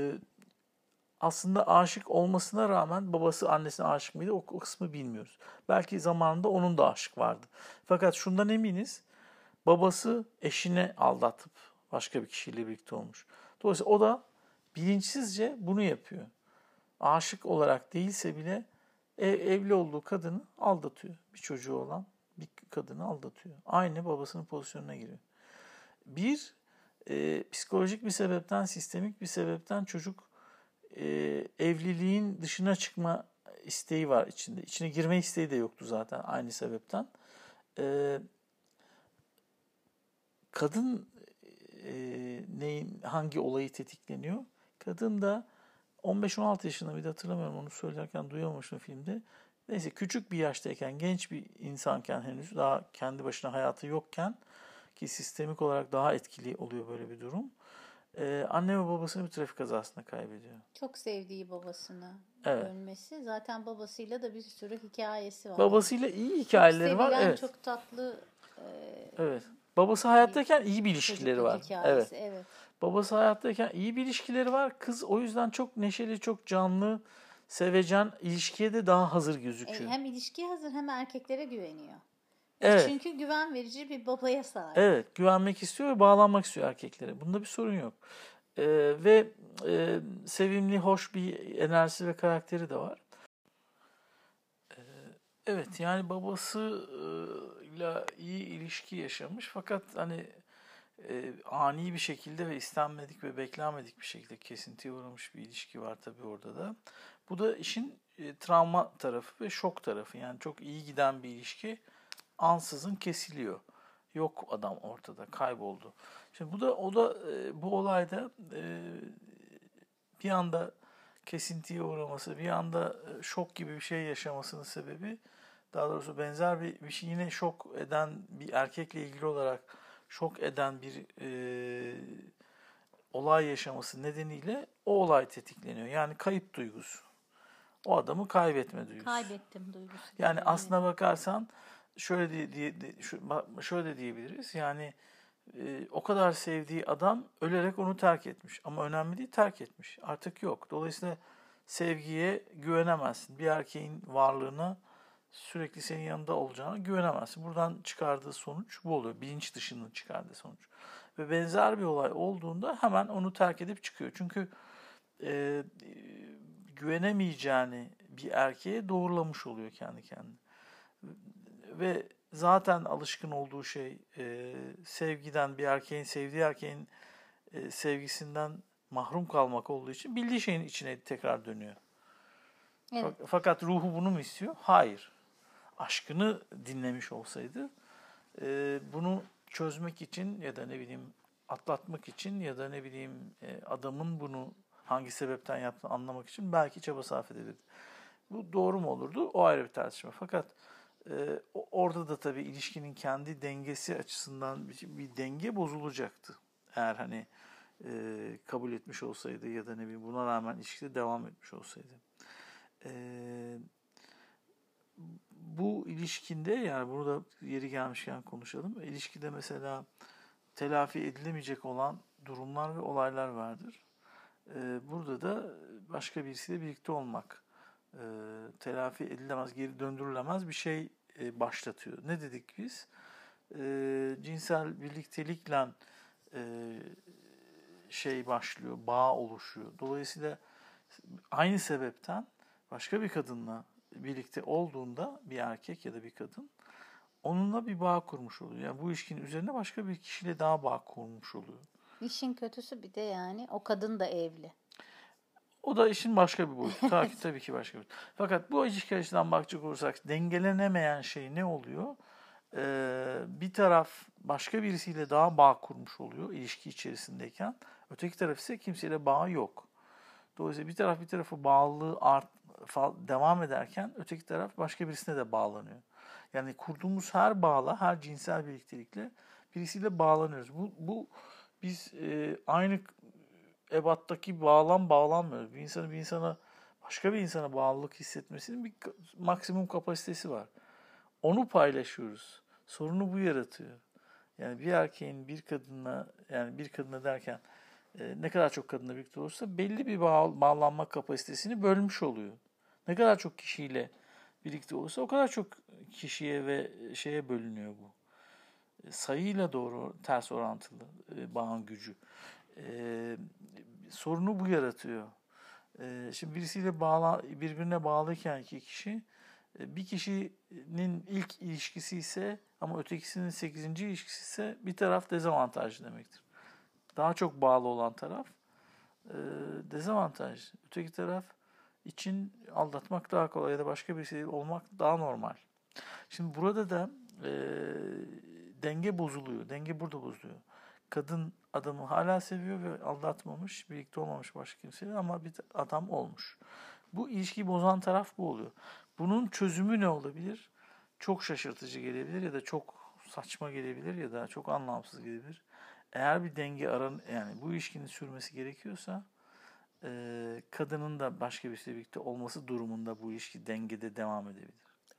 aslında aşık olmasına rağmen babası annesine aşık mıydı o, o kısmı bilmiyoruz. Belki zamanında onun da aşık vardı. Fakat şundan eminiz. Babası eşini aldatıp başka bir kişiyle birlikte olmuş. Dolayısıyla o da bilinçsizce bunu yapıyor. Aşık olarak değilse bile ev, evli olduğu kadını aldatıyor. Bir çocuğu olan bir kadını aldatıyor. Aynı babasının pozisyonuna giriyor. Bir, e, psikolojik bir sebepten, sistemik bir sebepten çocuk e, evliliğin dışına çıkma isteği var içinde. İçine girme isteği de yoktu zaten aynı sebepten. E, kadın e, neyin hangi olayı tetikleniyor? Kadın da on beş on altı yaşında bir de hatırlamıyorum onu söylerken duyamamıştım filmde. Neyse küçük bir yaştayken, genç bir insanken henüz daha kendi başına hayatı yokken ki sistemik olarak daha etkili oluyor böyle bir durum. Ee, anne ve babasını bir trafik kazasında kaybediyor. Çok sevdiği babasını Evet. ölmesi. Zaten babasıyla da bir sürü hikayesi var. Babasıyla iyi Çok hikayeleri var. sevilen, Evet. çok tatlı. e, Evet. babası hayattayken iyi bir ilişkileri çocukluk var. hikayesi. Evet. Evet. Babası hayattayken iyi bir ilişkileri var. Kız o yüzden çok neşeli, çok canlı, sevecen, ilişkiye de daha hazır E, gözüküyor. hem ilişkiye hazır hem erkeklere güveniyor. E, Evet. Çünkü güven verici bir babaya sahip. Evet, güvenmek istiyor ve bağlanmak istiyor erkeklere. Bunda bir sorun yok. Ee, ve e, sevimli, hoş bir enerjisi ve karakteri de var. Ee, evet, yani babasıyla iyi ilişki yaşamış fakat hani e, ani bir şekilde ve istenmedik ve beklenmedik bir şekilde kesintiye uğramış bir ilişki var tabii orada da. Bu da işin e, travma tarafı ve şok tarafı. Yani çok iyi giden bir ilişki ansızın kesiliyor. Yok adam ortada, kayboldu. Şimdi bu da o da e, bu olayda e, bir anda kesintiye uğraması, bir anda e, şok gibi bir şey yaşamasının sebebi, daha doğrusu benzer bir, bir şey yine şok eden bir erkekle ilgili olarak şok eden bir e, olay yaşaması nedeniyle o olay tetikleniyor. Yani kayıp duygusu. O adamı kaybetme duygusu. Kaybettim duygusu. Yani geliyor, aslına evet. bakarsan şöyle diye, diye, de- şu- ba- şöyle de diyebiliriz. Yani e, o kadar sevdiği adam ölerek onu terk etmiş. Ama önemli değil, terk etmiş. Artık yok. Dolayısıyla sevgiye güvenemezsin. Bir erkeğin varlığına, sürekli senin yanında olacağına güvenemezsin. Buradan çıkardığı sonuç bu oluyor. Bilinç dışının çıkardığı sonuç. Ve benzer bir olay olduğunda hemen onu terk edip çıkıyor. Çünkü e, güvenemeyeceğini bir erkeğe doğrulamış oluyor kendi kendine. Ve zaten alışkın olduğu şey e, sevgiden, bir erkeğin sevdiği erkeğin e, sevgisinden mahrum kalmak olduğu için bildiği şeyin içine tekrar dönüyor. Evet. Fakat ruhu bunu mu istiyor? Hayır. Aşkını dinlemiş olsaydı e, bunu çözmek için ya da ne bileyim atlatmak için ya da ne bileyim e, adamın bunu hangi sebepten yaptığını anlamak için belki çaba sarf edebilirdi. Bu doğru mu olurdu? O ayrı bir tartışma. Fakat e, orada da tabii ilişkinin kendi dengesi açısından bir, bir denge bozulacaktı. Eğer hani e, kabul etmiş olsaydı ya da ne bileyim buna rağmen ilişkide devam etmiş olsaydı. E, bu ilişkinde, yani bunu da yeri gelmişken konuşalım. İlişkide mesela telafi edilemeyecek olan durumlar ve olaylar vardır. E, burada da başka birisiyle birlikte olmak e, telafi edilemez, geri döndürülemez bir şey e, başlatıyor. Ne dedik biz? E, cinsel birliktelikle e, şey başlıyor, bağ oluşuyor. Dolayısıyla aynı sebepten başka bir kadınla birlikte olduğunda bir erkek ya da bir kadın onunla bir bağ kurmuş oluyor. Yani bu ilişkinin üzerine başka bir kişiyle daha bağ kurmuş oluyor. İşin kötüsü bir de yani o kadın da evli. O da işin başka bir boyutu. Tabii, tabii ki başka bir boyutu. Fakat bu ilişki açısından bakacak olursak dengelenemeyen şey ne oluyor? Ee, bir taraf başka birisiyle daha bağ kurmuş oluyor ilişki içerisindeyken. Öteki taraf ise kimseyle bağ yok. Dolayısıyla bir taraf bir tarafı bağlılığı art, devam ederken öteki taraf başka birisine de bağlanıyor. Yani kurduğumuz her bağla, her cinsel birliktelikle birisiyle bağlanıyoruz. Bu, bu biz e, aynı ebattaki bağlam bağlanmıyoruz. Bir insanın bir insana başka bir insana bağlılık hissetmesinin bir maksimum kapasitesi var. Onu paylaşıyoruz. Sorunu bu yaratıyor. Yani bir erkeğin bir kadınla, yani bir kadına derken e, ne kadar çok kadınla birlikte olursa belli bir bağ, bağlanma kapasitesini bölmüş oluyor. Ne kadar çok kişiyle birlikte olursa o kadar çok kişiye ve şeye bölünüyor bu. E, sayıyla doğru ters orantılı e, bağın gücü. E, sorunu bu yaratıyor. E, şimdi birisiyle bağla, birbirine bağlıyken iki kişi, e, bir kişinin ilk ilişkisi ise ama ötekisinin sekizinci ilişkisi ise bir taraf dezavantajlı demektir. Daha çok bağlı olan taraf e, dezavantaj. Öteki taraf için aldatmak daha kolay ya da başka birisiyle olmak daha normal. Şimdi burada da e, denge bozuluyor. Denge burada bozuluyor. Kadın adamı hala seviyor ve aldatmamış, birlikte olmamış başka kimseyle ama bir adam olmuş. Bu ilişkiyi bozan taraf bu oluyor. Bunun çözümü ne olabilir? Çok şaşırtıcı gelebilir ya da çok saçma gelebilir ya da çok anlamsız gelebilir. Eğer bir denge aran, yani bu ilişkinin sürmesi gerekiyorsa e, kadının da başka birisiyle birlikte olması durumunda bu ilişki dengede devam edebilir.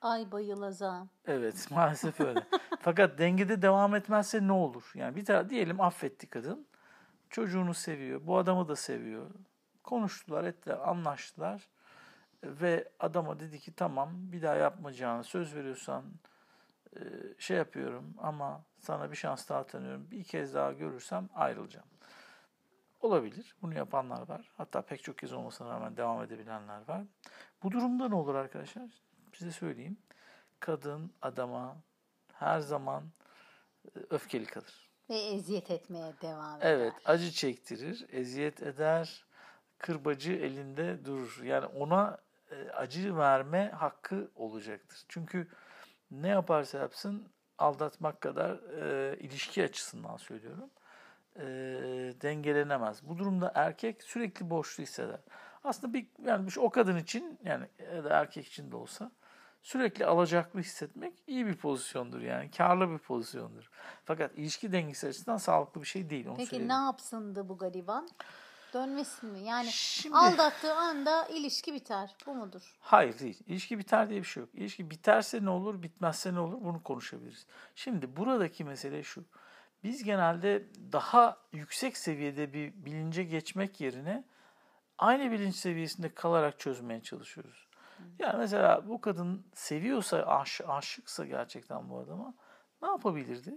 Ay bayılacağım. Evet, maalesef öyle. Fakat dengede devam etmezse ne olur? Yani bir tane diyelim affetti kadın. Çocuğunu seviyor. Bu adamı da seviyor. Konuştular, ettiler, anlaştılar. Ve adama dedi ki tamam bir daha yapmayacağını söz veriyorsan e, şey yapıyorum ama sana bir şans daha tanıyorum. Bir kez daha görürsem ayrılacağım. Olabilir. Bunu yapanlar var. Hatta pek çok kez olmasına rağmen devam edebilenler var. Bu durumda ne olur arkadaşlar? Size söyleyeyim. Kadın adama her zaman e, öfkeli kalır. Ve eziyet etmeye devam eder. Evet, acı çektirir, eziyet eder, kırbacı elinde durur. Yani ona e, acı verme hakkı olacaktır. Çünkü ne yaparsa yapsın aldatmak kadar e, ilişki açısından söylüyorum. E, dengelenemez. Bu durumda erkek sürekli boşluğu hisseder. Aslında bir yani o kadın için yani ya da erkek için de olsa sürekli alacaklı hissetmek iyi bir pozisyondur yani. Karlı bir pozisyondur. Fakat ilişki dengesi açısından sağlıklı bir şey değil. Onu Peki söyleyeyim. ne yapsındı bu gariban? Dönmesin mi? Yani Şimdi, aldattığı anda ilişki biter. Bu mudur? Hayır değil. İlişki biter diye bir şey yok. İlişki biterse ne olur, bitmezse ne olur bunu konuşabiliriz. Şimdi buradaki mesele şu. Biz genelde daha yüksek seviyede bir bilince geçmek yerine aynı bilinç seviyesinde kalarak çözmeye çalışıyoruz. Yani mesela bu kadın seviyorsa, aş, aşıksa gerçekten bu adama ne yapabilirdi?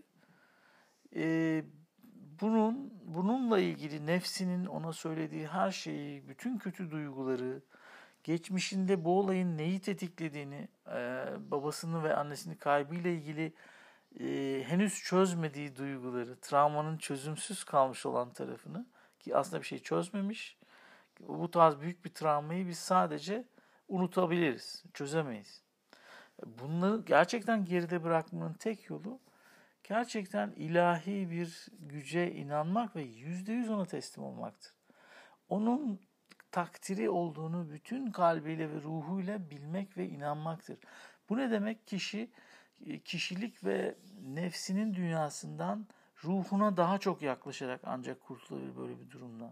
Ee, bunun bununla ilgili nefsinin ona söylediği her şeyi, bütün kötü duyguları, geçmişinde bu olayın neyi tetiklediğini, e, babasını ve annesini kaybıyla ilgili e, henüz çözmediği duyguları, travmanın çözümsüz kalmış olan tarafını ki aslında bir şey çözmemiş. Bu tarz büyük bir travmayı biz sadece unutabiliriz, çözemeyiz. Bunları gerçekten geride bırakmanın tek yolu gerçekten ilahi bir güce inanmak ve yüzde yüz ona teslim olmaktır. Onun takdiri olduğunu bütün kalbiyle ve ruhuyla bilmek ve inanmaktır. Bu ne demek? Kişi kişilik ve nefsinin dünyasından ruhuna daha çok yaklaşarak ancak kurtulabilir böyle bir durumdan.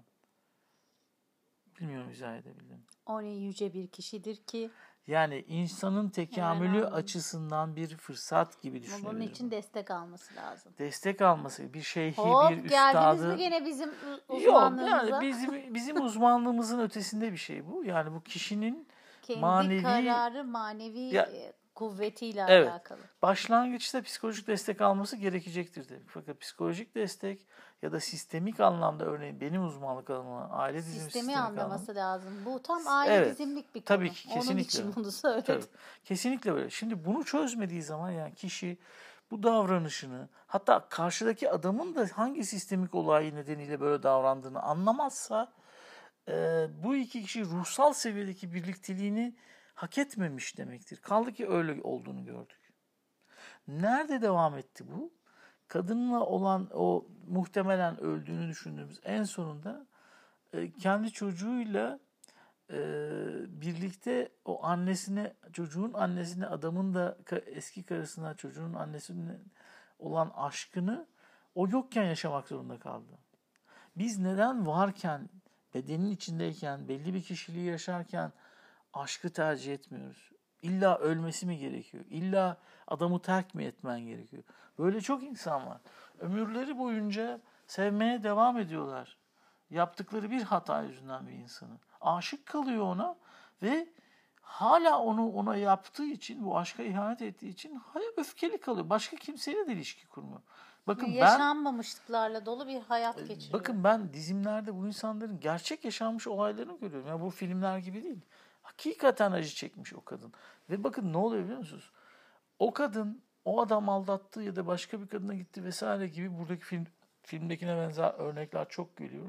Bilmiyorum izah edebildim. O ne yüce bir kişidir ki. Yani insanın tekamülü açısından bir fırsat gibi düşünebilirim. Bunun için destek alması lazım. Destek alması, bir şeyhi, Hop, bir üstadı. geldiniz mi gene bizim uzmanlığımıza? Yok, yani bizim bizim uzmanlığımızın ötesinde bir şey bu. Yani bu kişinin kendi manevi kararı, manevi ya, kuvvetiyle evet, alakalı. Başlangıçta psikolojik destek alması gerekecektir tabii. Fakat psikolojik destek ya da sistemik anlamda örneğin benim uzmanlık alanıma aile dizimi sistemi sistemik anlaması anlamda. lazım. Bu tam aile evet, dizimlik bir konu. Tabii ki kesinlikle. Onun için bunu söyledim. Tabii, kesinlikle böyle. Şimdi bunu çözmediği zaman yani kişi bu davranışını hatta karşıdaki adamın da hangi sistemik olay nedeniyle böyle davrandığını anlamazsa e, bu iki kişi ruhsal seviyedeki birlikteliğini hak etmemiş demektir. Kaldı ki öyle olduğunu gördük. Nerede devam etti bu? Kadınla olan o muhtemelen öldüğünü düşündüğümüz en sonunda e, kendi çocuğuyla e, birlikte o annesine, çocuğun annesine, adamın da eski karısına, çocuğun annesine olan aşkını o yokken yaşamak zorunda kaldı. Biz neden varken, bedenin içindeyken, belli bir kişiliği yaşarken aşkı tercih etmiyoruz? İlla ölmesi mi gerekiyor? İlla adamı terk mi etmen gerekiyor? Böyle çok insan var. Ömürleri boyunca sevmeye devam ediyorlar. Yaptıkları bir hata yüzünden bir insanı. Aşık kalıyor ona ve hala onu ona yaptığı için, bu aşka ihanet ettiği için hala öfkeli kalıyor. Başka kimseyle de ilişki kurmuyor. Bakın ben yaşanmamışlıklarla dolu bir hayat geçiriyor. Bakın ben dizimlerde bu insanların gerçek yaşanmış olaylarını görüyorum. Yani bu filmler gibi değil. Hakikaten acı çekmiş o kadın. Ve bakın ne oluyor biliyor musunuz? O kadın, o adam aldattı ya da başka bir kadına gitti vesaire gibi buradaki film filmdekine benzer örnekler çok geliyor.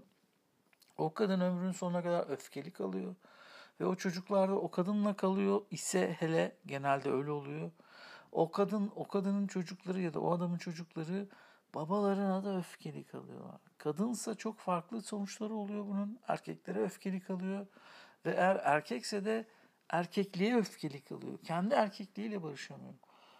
O kadın ömrünün sonuna kadar öfkeli kalıyor. Ve o çocuklar da o kadınla kalıyor ise hele genelde öyle oluyor. O kadın, o kadının çocukları ya da o adamın çocukları babalarına da öfkeli kalıyorlar. Kadınsa çok farklı sonuçları oluyor bunun. Erkeklere öfkeli kalıyor. Ve eğer erkekse de erkekliğe öfkeli kalıyor. Kendi erkekliğiyle barışamıyor.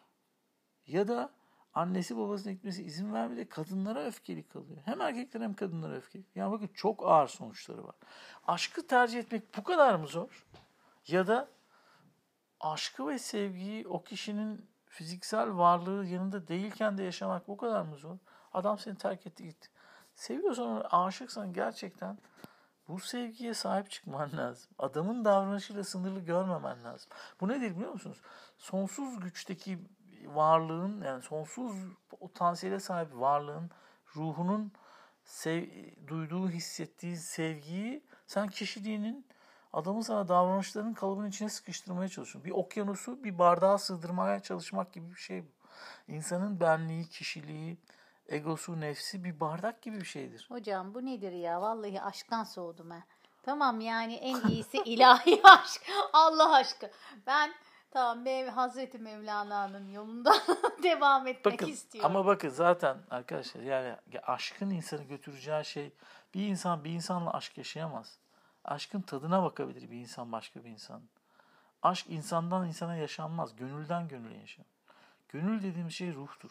Ya da annesi babasına gitmesi izin vermedi. Kadınlara öfkeli kalıyor. Hem erkekler hem kadınlara öfkeli. Yani bakın çok ağır sonuçları var. Aşkı tercih etmek bu kadar mı zor? Ya da aşkı ve sevgiyi o kişinin fiziksel varlığı yanında değilken de yaşamak bu kadar mı zor? Adam seni terk etti gitti. Seviyorsan onu, aşıksan gerçekten bu sevgiye sahip çıkman lazım. Adamın davranışıyla sınırlı görmemen lazım. Bu nedir biliyor musunuz? Sonsuz güçteki varlığın, yani sonsuz potansiyele sahip varlığın, ruhunun sev, duyduğu, hissettiği sevgiyi sen kişiliğinin, adamın sana davranışlarının kalıbının içine sıkıştırmaya çalışıyorsun. Bir okyanusu bir bardağa sığdırmaya çalışmak gibi bir şey bu. İnsanın benliği, kişiliği, egosu, nefsi bir bardak gibi bir şeydir. Hocam bu nedir ya? Vallahi aşktan soğudum ha. Tamam yani en iyisi ilahi aşk. Allah aşkı. Ben tamam Mev Hazreti Mevlana'nın yolunda devam etmek Bakın, istiyorum. ama bakın zaten arkadaşlar, yani aşkın insanı götüreceği şey, bir insan bir insanla aşk yaşayamaz. Aşkın tadına bakabilir bir insan başka bir insan. Aşk insandan insana yaşanmaz. Gönülden gönüle yaşanır. Gönül dediğimiz şey ruhtur.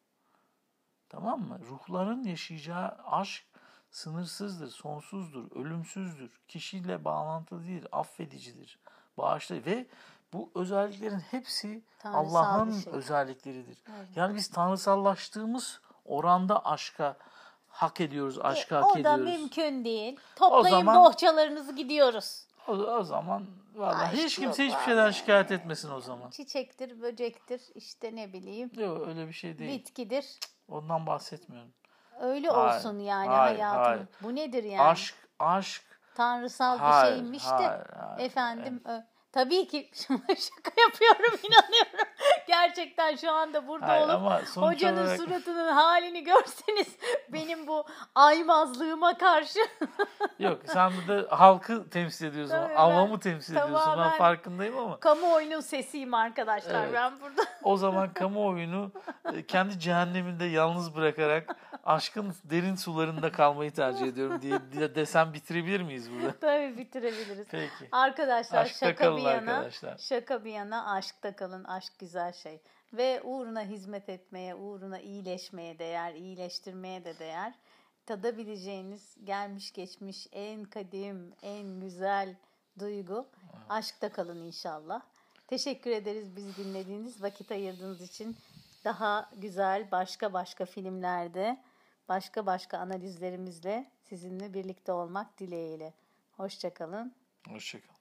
Tamam mı? Ruhların yaşayacağı aşk sınırsızdır, sonsuzdur, ölümsüzdür. Kişiyle bağlantılı değildir, affedicidir, bağışlayıcı ve bu özelliklerin hepsi Tanrısal Allah'ın bir şey. özellikleridir. Evet. Yani biz tanrısallaştığımız oranda aşka hak ediyoruz, aşkı E, hak o da ediyoruz. mümkün değil. Toplayın zaman- bohçalarınızı gidiyoruz. O, o zaman vallahi Aşk hiç kimse yok hiçbir abi. şeyden şikayet etmesin o zaman. Çiçektir, böcektir, işte ne bileyim, Yok, öyle bir şey değil. bitkidir. Ondan bahsetmiyorum. Öyle Hayır, olsun yani hayır, hayatım. hayır. Bu nedir yani? Aşk, aşk. Tanrısal Hayır, bir şeymiş de hayır, hayır. efendim ö- tabii ki şaka yapıyorum, inanıyorum. Gerçekten şu anda burada Hayır, olup ama sonuç hocanın olarak- suratının halini görseniz benim bu aymazlığıma karşı Yok, sen burada halkı temsil ediyorsun, Tabii ben avamı temsil ediyorsun. Ben tamamen- farkındayım ama kamuoyunun sesiyim arkadaşlar. Evet. Ben burada o zaman kamuoyunu e, kendi cehenneminde yalnız bırakarak aşkın derin sularında kalmayı tercih ediyorum diye diye desem bitirebilir miyiz burada? tabii bitirebiliriz. Peki. Arkadaşlar Aşkta şaka kalın bir yana, arkadaşlar. şaka bir yana aşkta kalın. Aşk güzel şey. Ve uğruna hizmet etmeye, uğruna iyileşmeye değer, iyileştirmeye de değer. Tadabileceğiniz gelmiş geçmiş en kadim, en güzel duygu. Aşkta kalın inşallah. Teşekkür ederiz bizi dinlediğiniz, vakit ayırdığınız için. Daha güzel başka başka filmlerde, başka başka analizlerimizle sizinle birlikte olmak dileğiyle. Hoşça kalın. Hoşçakalın.